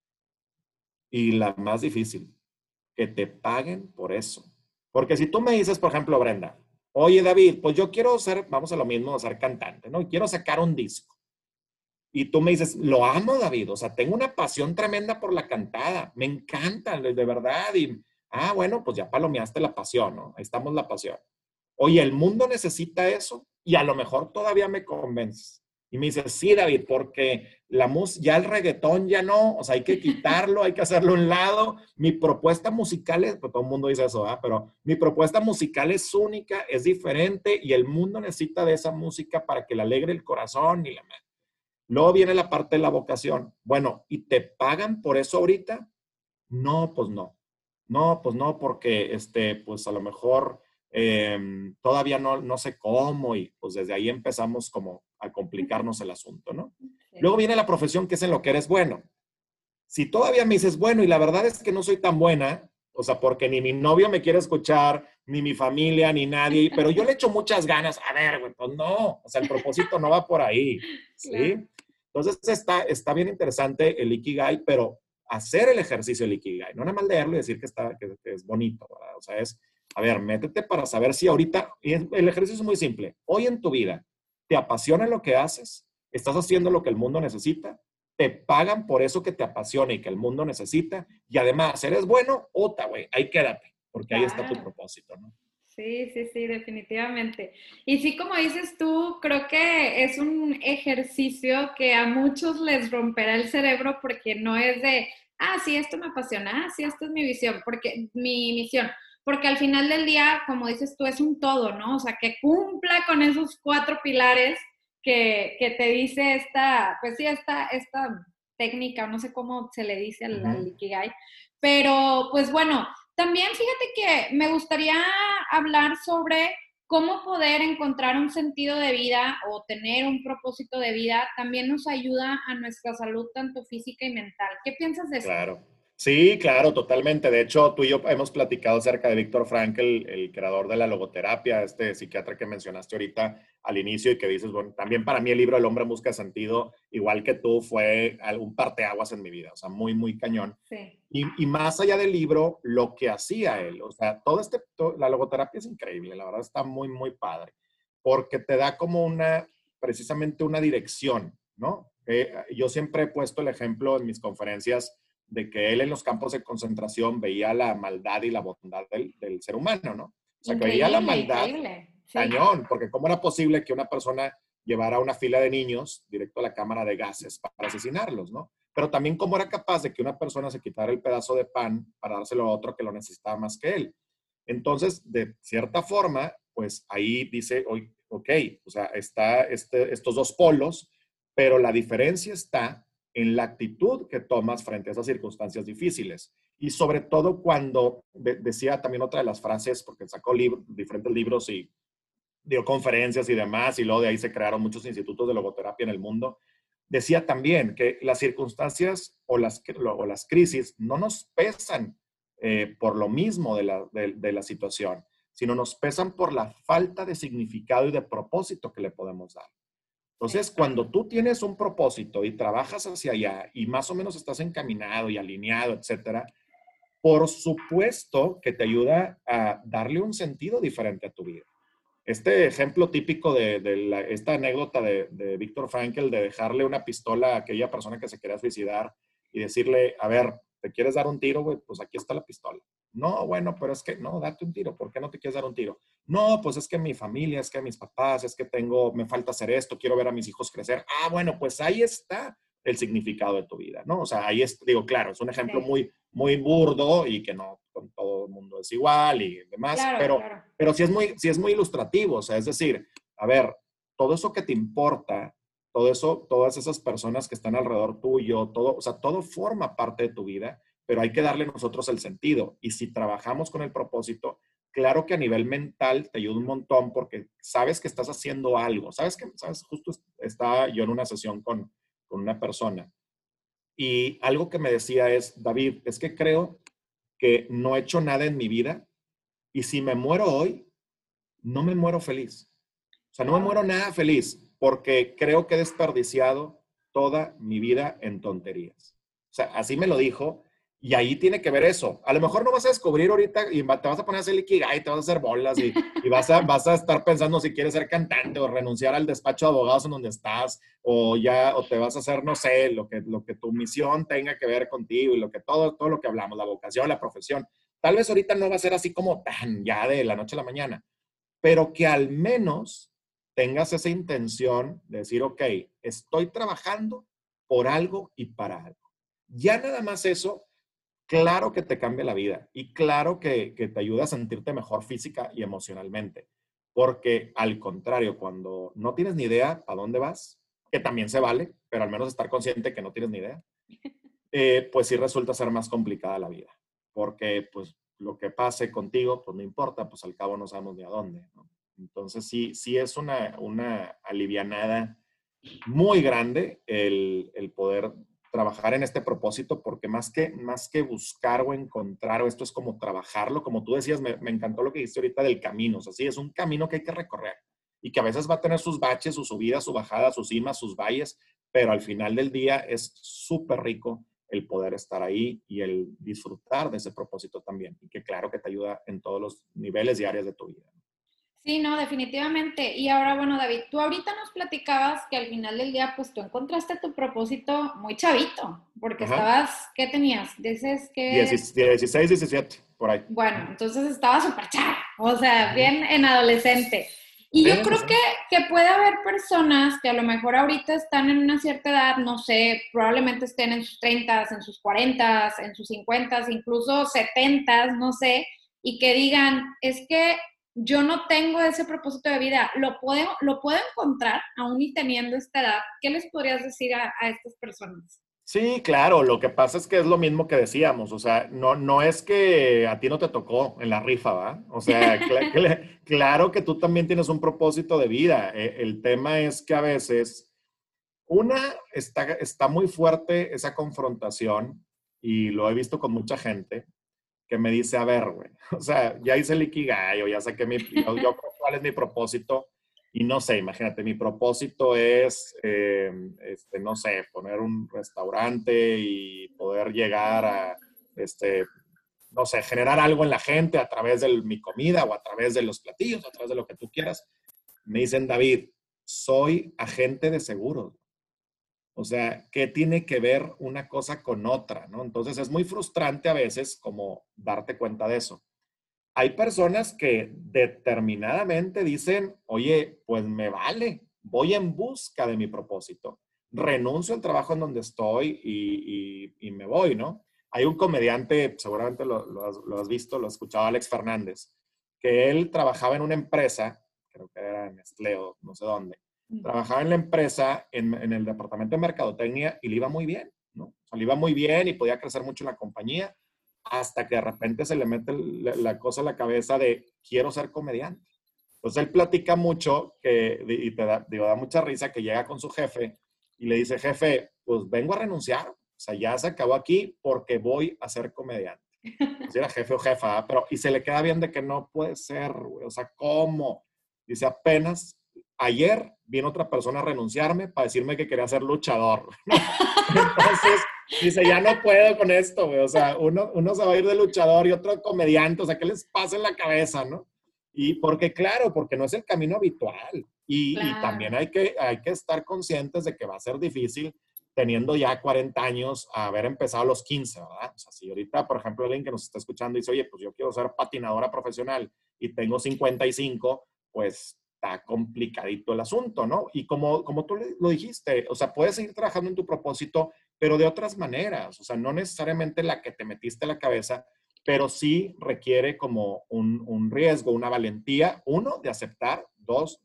Y la más difícil, que te paguen por eso. Porque si tú me dices, por ejemplo, Brenda, oye, David, pues yo quiero ser, vamos a lo mismo, ser cantante, ¿no? Y quiero sacar un disco. Y tú me dices, lo amo, David, o sea, tengo una pasión tremenda por la cantada, me encanta, de verdad. Y, bueno, pues ya palomeaste la pasión, ¿no? Ahí estamos la pasión. Oye, el mundo necesita eso y a lo mejor todavía me convences. Y me dices, sí, David, porque ya el reggaetón ya no, o sea, hay que quitarlo, hay que hacerlo a un lado. Mi propuesta musical es, pues todo el mundo dice eso, ¿verdad? Pero mi propuesta musical es única, es diferente y el mundo necesita de esa música para que le alegre el corazón y la mente. Luego viene la parte de la vocación. Bueno, ¿y te pagan por eso ahorita? No, pues no. No, pues no, porque pues a lo mejor todavía no sé cómo y pues desde ahí empezamos como a complicarnos el asunto, ¿no? Sí. Luego viene la profesión que es en lo que eres bueno. Si todavía me dices, bueno, y la verdad es que no soy tan buena, o sea, porque ni mi novio me quiere escuchar, ni mi familia, ni nadie, pero yo le echo muchas ganas. A ver, güey, pues no, o sea, el propósito no va por ahí, ¿sí? Claro. Entonces está bien interesante el Ikigai, pero hacer el ejercicio del Ikigai, no nada más leerlo y decir que es bonito, ¿verdad? O sea, a ver, métete para saber si ahorita, y el ejercicio es muy simple, hoy en tu vida, ¿te apasiona lo que haces? ¿Estás haciendo lo que el mundo necesita? ¿Te pagan por eso que te apasiona y que el mundo necesita? Y además, ¿eres bueno? Ota, güey, ahí quédate, porque ahí está tu Claro. propósito, ¿no? Sí, sí, sí, definitivamente. Y sí, como dices tú, creo que es un ejercicio que a muchos les romperá el cerebro porque no es de, sí, esto me apasiona, sí, esta es mi visión, mi misión, porque al final del día, como dices tú, es un todo, ¿no? O sea, que cumpla con esos 4 pilares que te dice pues sí, esta técnica, no sé cómo se le dice al Ikigai, pero pues bueno, también fíjate que me gustaría hablar sobre cómo poder encontrar un sentido de vida o tener un propósito de vida también nos ayuda a nuestra salud tanto física y mental. ¿Qué piensas de esto? Claro. Sí, claro, totalmente. De hecho, tú y yo hemos platicado acerca de Viktor Frankl, el creador de la logoterapia, este psiquiatra que mencionaste ahorita al inicio y que dices, bueno, también para mí el libro El hombre en busca de sentido, igual que tú, fue algún parteaguas en mi vida, o sea, muy, muy cañón. Sí. Y más allá del libro, lo que hacía él, o sea, la logoterapia es increíble, la verdad está muy, muy padre, porque te da como precisamente una dirección, ¿no? Yo siempre he puesto el ejemplo en mis conferencias de que él en los campos de concentración veía la maldad y la bondad del ser humano, ¿no? O sea, que veía la Increíble, maldad increíble. Sí. cañón, porque ¿cómo era posible que una persona llevara una fila de niños directo a la cámara de gases para asesinarlos, ¿no? Pero también cómo era capaz de que una persona se quitara el pedazo de pan para dárselo a otro que lo necesitaba más que él. Entonces, de cierta forma, pues ahí dice, ok, o sea, está estos 2 polos, pero la diferencia está en la actitud que tomas frente a esas circunstancias difíciles. Y sobre todo cuando decía también otra de las frases, porque sacó diferentes libros y dio conferencias y demás, y luego de ahí se crearon muchos institutos de logoterapia en el mundo, decía también que las circunstancias o las crisis no nos pesan por lo mismo de la situación, sino nos pesan por la falta de significado y de propósito que le podemos dar. Entonces, cuando tú tienes un propósito y trabajas hacia allá y más o menos estás encaminado y alineado, etcétera, por supuesto que te ayuda a darle un sentido diferente a tu vida. este ejemplo típico de esta anécdota de Viktor Frankl, de dejarle una pistola a aquella persona que se quería suicidar y decirle, a ver, ¿te quieres dar un tiro, güey? Pues aquí está la pistola. No, bueno, pero es que, no, date un tiro. ¿Por qué no te quieres dar un tiro? No, pues es que mi familia, es que mis papás, es que me falta hacer esto, quiero ver a mis hijos crecer. Ah, bueno, pues ahí está el significado de tu vida, ¿no? O sea, ahí es, digo, claro, es un ejemplo Sí. muy, muy burdo y que no con todo el mundo es igual y demás, Claro, claro. pero sí es muy ilustrativo, o sea, es decir, a ver, todo eso que te importa, todo eso, todas esas personas que están alrededor tuyo, todo, o sea, todo forma parte de tu vida, pero hay que darle nosotros el sentido. Y si trabajamos con el propósito, claro que a nivel mental te ayuda un montón porque sabes que estás haciendo algo. Sabes, justo estaba yo en una sesión con una persona y algo que me decía es, David, es que creo que no he hecho nada en mi vida y si me muero hoy, no me muero feliz. O sea, no me Wow. muero nada feliz porque creo que he desperdiciado toda mi vida en tonterías. O sea, así me lo dijo y ahí tiene que ver eso. A lo mejor no vas a descubrir ahorita y te vas a poner a hacer ikigai, te vas a hacer bolas y vas a estar pensando si quieres ser cantante o renunciar al despacho de abogados en donde estás o te vas a hacer, no sé, lo que tu misión tenga que ver contigo y todo lo que hablamos, la vocación, la profesión. Tal vez ahorita no va a ser así como tan ya de la noche a la mañana, pero que al menos tengas esa intención de decir, ok, estoy trabajando por algo y para algo. Ya nada más eso, claro que te cambia la vida y claro que te ayuda a sentirte mejor física y emocionalmente. Porque al contrario, cuando no tienes ni idea a dónde vas, que también se vale, pero al menos estar consciente que no tienes ni idea, pues sí resulta ser más complicada la vida. Porque pues lo que pase contigo, pues no importa, pues al cabo no sabemos ni a dónde, ¿no? Entonces sí es una alivianada muy grande el poder trabajar en este propósito, porque más que buscar o encontrar, o esto es como trabajarlo, como tú decías, me encantó lo que dijiste ahorita del camino, o sea, sí, es un camino que hay que recorrer y que a veces va a tener sus baches, sus subidas, sus bajadas, sus cimas, sus valles, pero al final del día es súper rico el poder estar ahí y el disfrutar de ese propósito también, y que claro que te ayuda en todos los niveles y áreas de tu vida. Sí, no, definitivamente. Y ahora, bueno, David, tú ahorita nos platicabas que al final del día, pues tú encontraste tu propósito muy chavito, porque Ajá. estabas, ¿qué tenías? Dices que, 16, 17, por ahí. bueno, entonces estaba súper chava, o sea, bien en adolescente. Y yo Sí, sí, creo sí. que puede haber personas que a lo mejor ahorita están en una cierta edad, no sé, probablemente estén en sus 30, en sus 40, en sus 50, incluso 70, no sé, y que digan, es que yo no tengo ese propósito de vida, lo puedo encontrar aún y teniendo esta edad. ¿Qué les podrías decir a estas personas? Sí, claro, lo que pasa es que es lo mismo que decíamos, o sea, no es que a ti no te tocó en la rifa, ¿va? O sea, claro que tú también tienes un propósito de vida. El tema es que a veces, está muy fuerte esa confrontación y lo he visto con mucha gente que me dice, a ver, güey, o sea, ya hice el Ikigai o ya saqué yo creo cuál es mi propósito y no sé, imagínate, mi propósito es, no sé, poner un restaurante y poder llegar a, no sé, generar algo en la gente a través de mi comida o a través de los platillos, a través de lo que tú quieras. Me dicen, David, soy agente de seguros. O sea, ¿qué tiene que ver una cosa con otra, no? Entonces es muy frustrante a veces como darte cuenta de eso. Hay personas que determinadamente dicen, oye, pues me vale, voy en busca de mi propósito, renuncio al trabajo en donde estoy y me voy, ¿no? Hay un comediante, seguramente lo has visto, lo has escuchado, Alex Fernández, que él trabajaba en una empresa, creo que era en Nestlé o no sé dónde, trabajaba en la empresa, en el departamento de mercadotecnia y le iba muy bien, ¿no? O sea, le iba muy bien y podía crecer mucho en la compañía hasta que de repente se le mete la cosa a la cabeza de quiero ser comediante. Entonces él platica mucho y da mucha risa que llega con su jefe y le dice, jefe, pues vengo a renunciar, o sea, ya se acabó aquí porque voy a ser comediante. Si era jefe o jefa, ¿eh? Pero, y se le queda bien de que no puede ser, güey, o sea, ¿cómo? Dice, apenas ayer vino otra persona a renunciarme para decirme que quería ser luchador, ¿no? Entonces, dice, ya no puedo con esto, güey, o sea, uno se va a ir de luchador y otro comediante, o sea, ¿qué les pasa en la cabeza, no? Y porque, claro, porque no es el camino habitual. Y también Claro. hay que estar conscientes de que va a ser difícil teniendo ya 40 años, haber empezado a los 15, ¿verdad? O sea, si ahorita, por ejemplo, alguien que nos está escuchando dice, oye, pues yo quiero ser patinadora profesional y tengo 55, pues está complicadito el asunto, ¿no? Y como tú lo dijiste, o sea, puedes seguir trabajando en tu propósito, pero de otras maneras, o sea, no necesariamente la que te metiste a la cabeza, pero sí requiere como un riesgo, una valentía, uno, de aceptar, dos,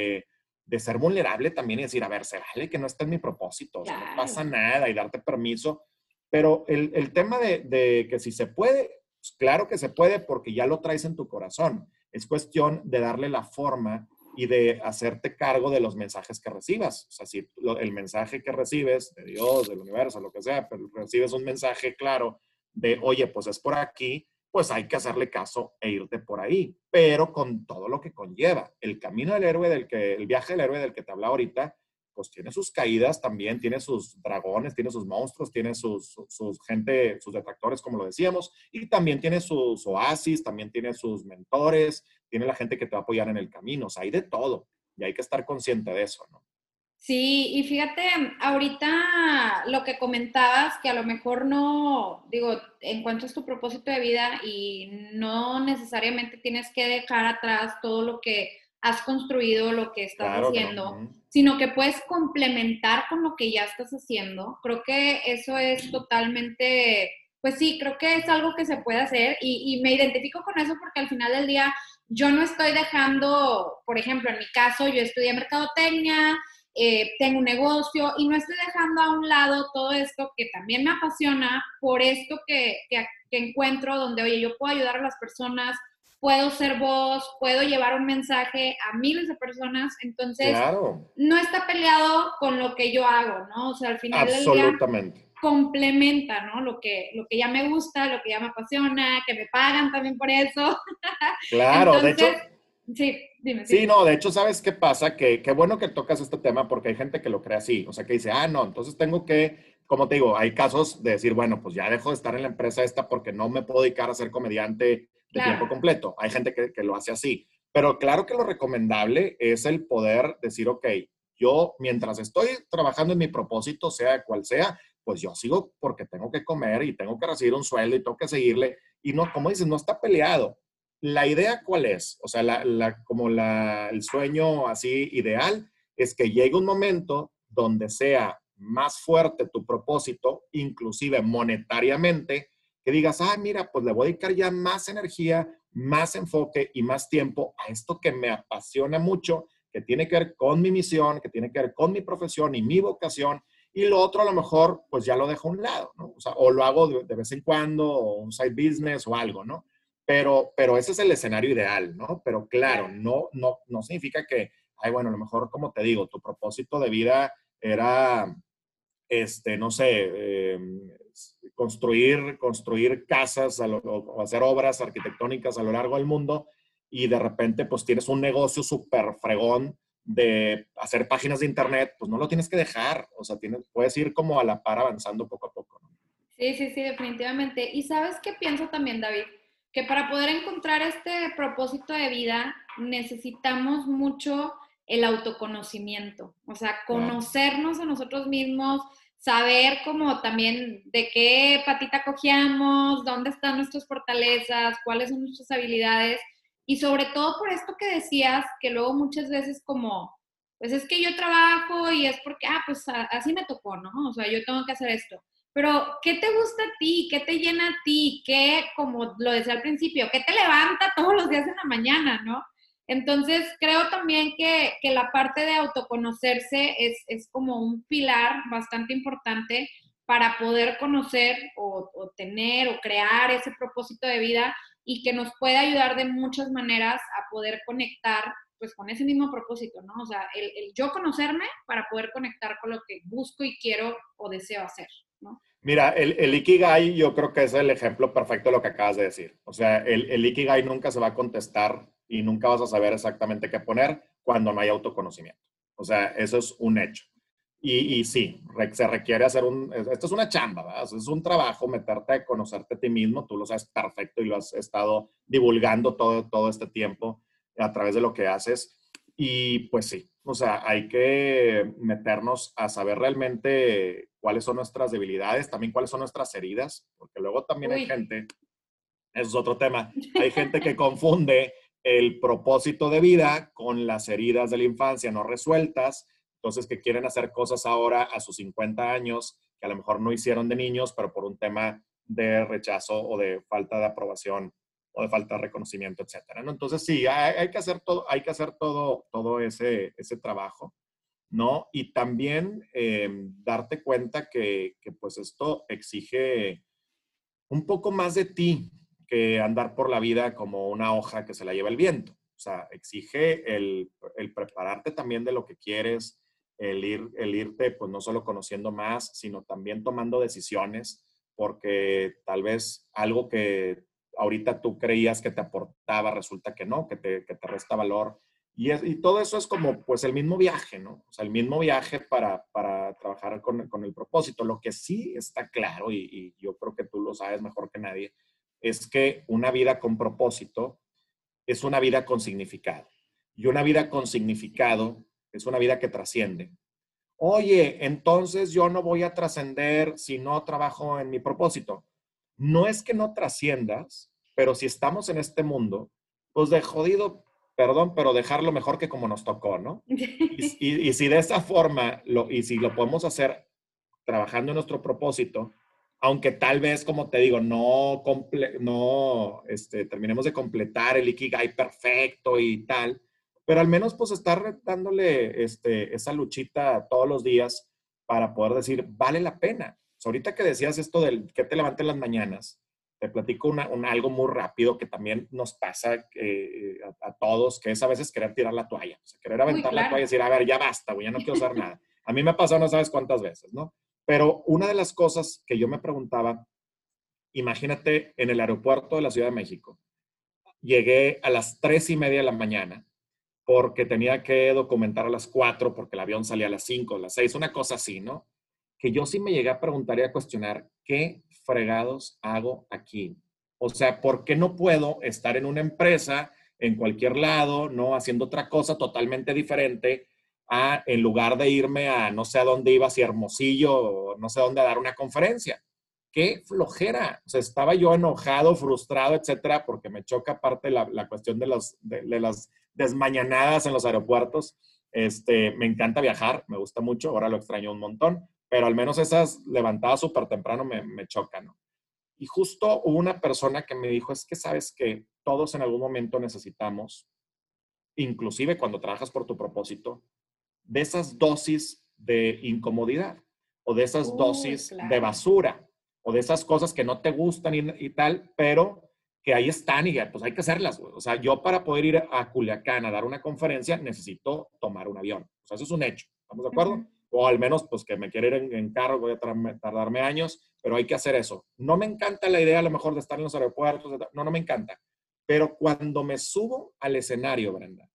de ser vulnerable también y decir, a ver, se vale que no esté en mi propósito, o sea, no pasa Claro. nada y darte permiso, pero el tema de que si se puede, pues claro que se puede porque ya lo traes en tu corazón, es cuestión de darle la forma y de hacerte cargo de los mensajes que recibas, o sea, si el mensaje que recibes de Dios, del universo, lo que sea, pero recibes un mensaje claro de, oye, pues es por aquí, pues hay que hacerle caso e irte por ahí, pero con todo lo que conlleva. El camino del héroe el viaje del héroe del que te hablaba ahorita, pues tiene sus caídas también, tiene sus dragones, tiene sus monstruos, tiene sus gente, sus detractores, como lo decíamos, y también tiene sus oasis, también tiene sus mentores, tiene la gente que te va a apoyar en el camino, o sea, hay de todo, y hay que estar consciente de eso, ¿no? Sí, y fíjate, ahorita lo que comentabas, que a lo mejor no, digo, encuentras tu propósito de vida y no necesariamente tienes que dejar atrás todo lo que has construido, lo que estás Claro que no. haciendo, sino que puedes complementar con lo que ya estás haciendo. Creo que eso es totalmente, pues sí, creo que es algo que se puede hacer y me identifico con eso porque al final del día yo no estoy dejando, por ejemplo, en mi caso, yo estudié mercadotecnia, tengo un negocio y no estoy dejando a un lado todo esto que también me apasiona por esto que encuentro donde, oye, yo puedo ayudar a las personas, puedo ser voz, puedo llevar un mensaje a miles de personas, entonces Claro, no está peleado con lo que yo hago, ¿no? O sea, al final del día absolutamente. complementa, ¿no? Lo que ya me gusta, lo que ya me apasiona, que me pagan también por eso. Claro, de Entonces, hecho, sí, dime, sí, sí. no, de hecho, ¿sabes qué pasa? Que qué bueno que tocas este tema porque hay gente que lo cree así, o sea, que dice, ah, no, entonces tengo que, como te digo, hay casos de decir, bueno, pues ya dejo de estar en la empresa esta porque no me puedo dedicar a ser comediante de tiempo Claro. completo. Hay gente que lo hace así, pero claro que lo recomendable es el poder decir, ok, yo mientras estoy trabajando en mi propósito, sea cual sea, pues yo sigo porque tengo que comer y tengo que recibir un sueldo y tengo que seguirle. Y no, como dices, no está peleado. La idea, ¿cuál es? O sea, el sueño así ideal es que llegue un momento donde sea más fuerte tu propósito, inclusive monetariamente, que digas, ah, mira, pues le voy a dedicar ya más energía, más enfoque y más tiempo a esto que me apasiona mucho, que tiene que ver con mi misión, que tiene que ver con mi profesión y mi vocación, y lo otro a lo mejor, pues ya lo dejo a un lado, ¿no? O sea, o lo hago de vez en cuando, o un side business o algo, ¿no? Pero ese es el escenario ideal, ¿no? Pero claro, Claro. no significa que, ay, bueno, a lo mejor, como te digo, tu propósito de vida era, no sé, construir casas o hacer obras arquitectónicas a lo largo del mundo y de repente, pues tienes un negocio súper fregón de hacer páginas de internet, pues no lo tienes que dejar, o sea, puedes ir como a la par avanzando poco a poco, ¿no? Sí, sí, sí, definitivamente. Y sabes qué pienso también, David, que para poder encontrar este propósito de vida necesitamos mucho el autoconocimiento, o sea, Claro. conocernos a nosotros mismos, saber como también de qué patita cogíamos, dónde están nuestras fortalezas, cuáles son nuestras habilidades y sobre todo por esto que decías, que luego muchas veces como, pues es que yo trabajo y es porque, pues así me tocó, ¿no? O sea, yo tengo que hacer esto. Pero, ¿qué te gusta a ti? ¿Qué te llena a ti? ¿Qué, como lo decía al principio, qué te levanta todos los días en la mañana, no? Entonces, creo también que la parte de autoconocerse es como un pilar bastante importante para poder conocer o tener o crear ese propósito de vida y que nos puede ayudar de muchas maneras a poder conectar pues con ese mismo propósito, ¿no? O sea, el yo conocerme para poder conectar con lo que busco y quiero o deseo hacer, ¿no? Mira, el Ikigai yo creo que es el ejemplo perfecto de lo que acabas de decir. O sea, el Ikigai nunca se va a contestar y nunca vas a saber exactamente qué poner cuando no hay autoconocimiento. O sea, eso es un hecho. Y sí, se requiere hacer esto es una chamba, ¿verdad? Es un trabajo meterte a conocerte a ti mismo, tú lo sabes perfecto y lo has estado divulgando todo este tiempo. a través de lo que haces. Y pues sí, o sea, hay que meternos a saber realmente cuáles son nuestras debilidades, también cuáles son nuestras heridas, porque luego también hay Uy. gente, eso es otro tema, hay gente que confunde el propósito de vida con las heridas de la infancia no resueltas, entonces que quieren hacer cosas ahora a sus 50 años que a lo mejor no hicieron de niños, pero por un tema de rechazo o de falta de aprobación o de falta de reconocimiento, etcétera, ¿no? Entonces sí, hay que hacer todo ese trabajo, ¿no? Y también darte cuenta que pues esto exige un poco más de ti que andar por la vida como una hoja que se la lleva el viento. O sea, exige el prepararte también de lo que quieres, el irte, pues no solo conociendo más, sino también tomando decisiones, porque tal vez algo que ahorita tú creías que te aportaba, resulta que no, que te resta valor. Y todo eso es como pues el mismo viaje, ¿no? O sea, el mismo viaje para trabajar con el propósito. Lo que sí está claro, y yo creo que tú lo sabes mejor que nadie, es que una vida con propósito es una vida con significado. Y una vida con significado es una vida que trasciende. Oye, entonces yo no voy a trascender si no trabajo en mi propósito. No es que no trasciendas, pero si estamos en este mundo, pues de jodido, perdón, pero dejarlo mejor que como nos tocó, ¿no? Y si de esa forma, y si lo podemos hacer trabajando en nuestro propósito, aunque tal vez, como te digo, no terminemos de completar el Ikigai perfecto y tal, pero al menos pues estar dándole esa luchita todos los días para poder decir, vale la pena. O sea, ahorita que decías esto del que te levantes las mañanas, te platico algo muy rápido que también nos pasa a todos, que es a veces querer tirar la toalla, o sea, querer Uy, aventar la toalla y claro. decir, a ver, ya basta, güey, ya no quiero hacer nada. A mí me ha pasado no sabes cuántas veces, ¿no? Pero una de las cosas que yo me preguntaba, imagínate en el aeropuerto de la Ciudad de México, llegué a las 3:30 de la mañana porque tenía que documentar a las 4 porque el avión salía a las 5, a las 6, una cosa así, ¿no? Que yo sí me llegué a preguntar y a cuestionar, ¿qué fregados hago aquí? O sea, ¿por qué no puedo estar en una empresa, en cualquier lado, no haciendo otra cosa totalmente diferente en lugar de irme a no sé a dónde iba, si Hermosillo o no sé dónde a dar una conferencia? Qué flojera. O sea, estaba yo enojado, frustrado, etcétera, porque me choca aparte la cuestión de las desmañanadas en los aeropuertos. Me encanta viajar, me gusta mucho, ahora lo extraño un montón, pero al menos esas levantadas súper temprano me chocan, ¿no? Y justo hubo una persona que me dijo, es que sabes que todos en algún momento necesitamos, inclusive cuando trabajas por tu propósito, de esas dosis de incomodidad o de esas Uy, dosis de claro. basura o de esas cosas que no te gustan y tal, pero que ahí están y pues hay que hacerlas, güey. O sea, yo para poder ir a Culiacán a dar una conferencia necesito tomar un avión. O sea, eso es un hecho. ¿Estamos de Ujú. acuerdo? O al menos, pues que me quiero ir en carro, voy a tardarme años, pero hay que hacer eso. No me encanta la idea a lo mejor de estar en los aeropuertos, no me encanta. Pero cuando me subo al escenario, Brenda,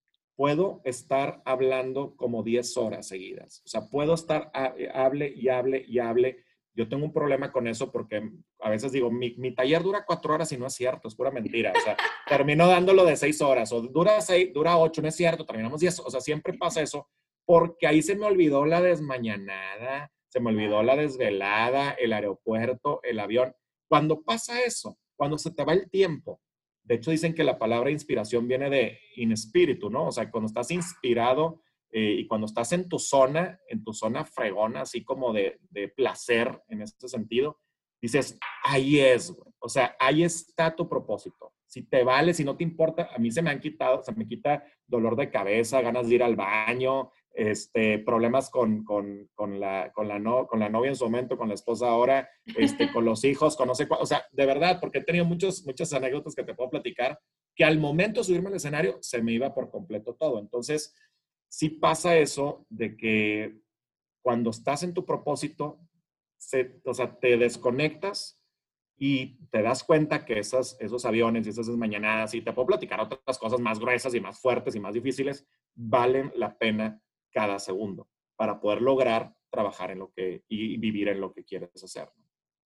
puedo estar hablando como 10 horas seguidas. O sea, puedo estar, hable y hable y hable. Yo tengo un problema con eso porque a veces digo, mi taller dura 4 horas y no es cierto, es pura mentira. O sea, termino dándolo de 6 horas o dura 8, no es cierto, terminamos 10. O sea, siempre pasa eso porque ahí se me olvidó la desmañanada, se me olvidó la desvelada, el aeropuerto, el avión. Cuando pasa eso, cuando se te va el tiempo, de hecho, dicen que la palabra inspiración viene de in espíritu, ¿no? O sea, cuando estás inspirado y cuando estás en tu zona fregona, así como de placer en ese sentido, dices, ahí es, güey. O sea, ahí está tu propósito. Si te vale, si no te importa, a mí se me quita dolor de cabeza, ganas de ir al baño, problemas con la novia en su momento, con la esposa ahora, con los hijos, con no sé cuál, o sea, de verdad, porque he tenido muchas anécdotas que te puedo platicar, que al momento de subirme al escenario se me iba por completo todo. Entonces, sí pasa eso de que cuando estás en tu propósito, o sea, te desconectas y te das cuenta que esos aviones y esas mañanadas, y te puedo platicar otras cosas más gruesas y más fuertes y más difíciles, valen la pena cada segundo para poder lograr trabajar en lo que y vivir en lo que quieres hacer.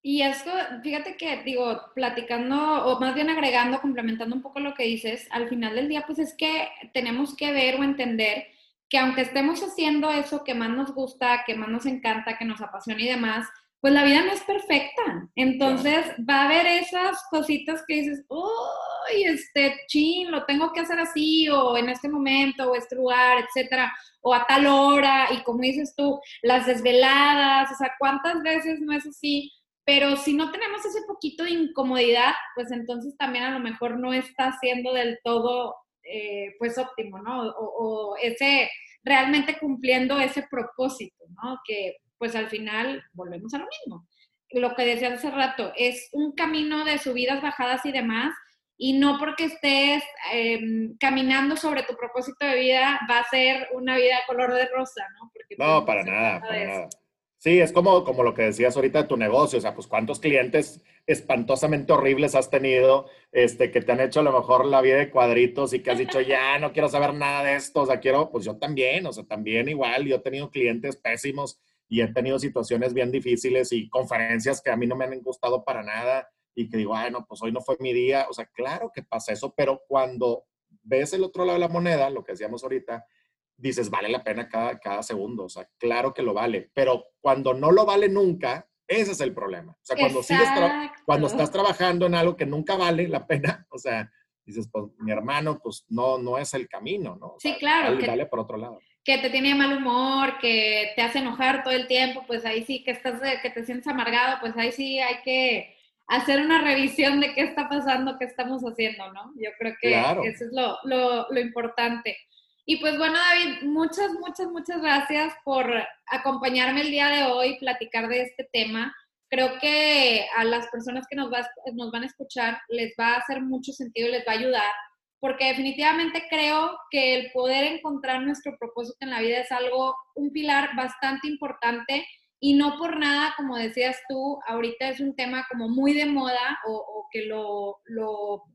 Y esto, fíjate que, digo, platicando, o más bien agregando, complementando un poco lo que dices, al final del día, pues es que tenemos que ver o entender que aunque estemos haciendo eso que más nos gusta, que más nos encanta, que nos apasiona y demás, pues la vida no es perfecta. Claro. Entonces va a haber esas cositas que dices, uy, chin, lo tengo que hacer así, o en este momento, o este lugar, etcétera, o a tal hora, y como dices tú, las desveladas, o sea, ¿cuántas veces no es así? Pero si no tenemos ese poquito de incomodidad, pues entonces también a lo mejor no está siendo del todo, pues óptimo, ¿no? O ese, realmente cumpliendo ese propósito, ¿no? Que pues al final volvemos a lo mismo. Lo que decía hace rato, es un camino de subidas, bajadas y demás, y no porque estés caminando sobre tu propósito de vida va a ser una vida color de rosa, ¿no? Porque pues No, no para se nada, trata para de eso. nada. Sí, es como lo que decías ahorita de tu negocio, o sea, pues cuántos clientes espantosamente horribles has tenido, que te han hecho a lo mejor la vida de cuadritos y que has dicho, ya no quiero saber nada de esto, o sea, quiero, pues yo también, o sea, también igual, yo he tenido clientes pésimos y he tenido situaciones bien difíciles y conferencias que a mí no me han gustado para nada y que digo, ay, no, pues hoy no fue mi día, o sea, claro que pasa eso, pero cuando ves el otro lado de la moneda, lo que decíamos ahorita, dices, vale la pena cada segundo, o sea, claro que lo vale, pero cuando no lo vale nunca, ese es el problema. O sea, cuando estás Exacto. trabajando en algo que nunca vale la pena, o sea, dices, pues mi hermano, pues no es el camino, ¿no? O sea, Sí, claro, dale por otro lado. que te tiene de mal humor, que te hace enojar todo el tiempo, pues ahí sí, que que te sientes amargado, pues ahí sí hay que hacer una revisión de qué está pasando, qué estamos haciendo, ¿no? Yo creo que Claro. eso es lo importante. Y pues bueno, David, muchas gracias por acompañarme el día de hoy, platicar de este tema. Creo que a las personas que nos van a escuchar les va a hacer mucho sentido y les va a ayudar porque definitivamente creo que el poder encontrar nuestro propósito en la vida es algo, un pilar bastante importante y no por nada, como decías tú, ahorita es un tema como muy de moda o que lo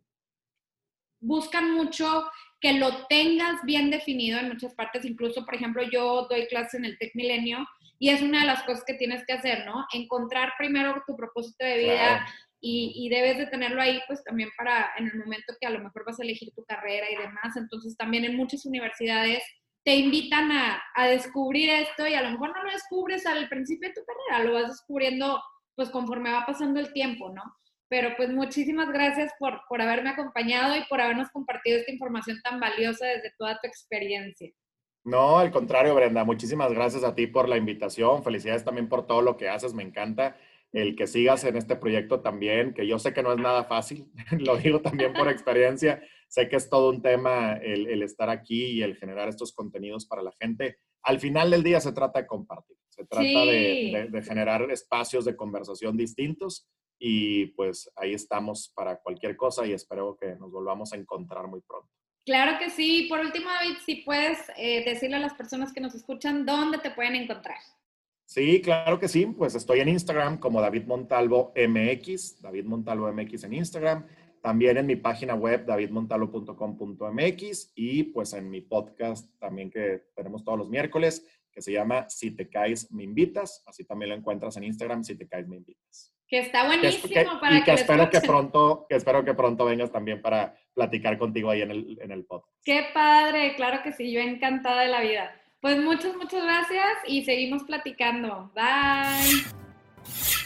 buscan mucho que lo tengas bien definido en muchas partes. Incluso, por ejemplo, yo doy clases en el Tech Milenio y es una de las cosas que tienes que hacer, ¿no? Encontrar primero tu propósito de vida Claro. y debes de tenerlo ahí, pues también para en el momento que a lo mejor vas a elegir tu carrera y demás. Entonces, también en muchas universidades te invitan a descubrir esto y a lo mejor no lo descubres al principio de tu carrera, lo vas descubriendo pues conforme va pasando el tiempo, ¿no? Pero pues muchísimas gracias por haberme acompañado y por habernos compartido esta información tan valiosa desde toda tu experiencia. No, al contrario, Brenda, muchísimas gracias a ti por la invitación. Felicidades también por todo lo que haces. Me encanta el que sigas en este proyecto también, que yo sé que no es nada fácil, lo digo también por experiencia. Sé que es todo un tema el estar aquí y el generar estos contenidos para la gente. Al final del día se trata de compartir, se trata Sí, de generar espacios de conversación distintos y pues ahí estamos para cualquier cosa y espero que nos volvamos a encontrar muy pronto. claro que sí. Por último, David, si puedes decirle a las personas que nos escuchan dónde te pueden encontrar. Sí, claro que sí. Pues estoy en Instagram como David Montalvo MX, David Montalvo MX en Instagram. También en mi página web, davidmontalvo.com.mx y pues en mi podcast también que tenemos todos los miércoles, que se llama Si te caes, me invitas. Así también lo encuentras en Instagram, Si te caes, me invitas. Que está buenísimo Y para que lo escuchen. que espero que pronto vengas también para platicar contigo ahí en el podcast. Qué padre, claro que sí, yo encantada de la vida. Pues muchas gracias y seguimos platicando. Bye.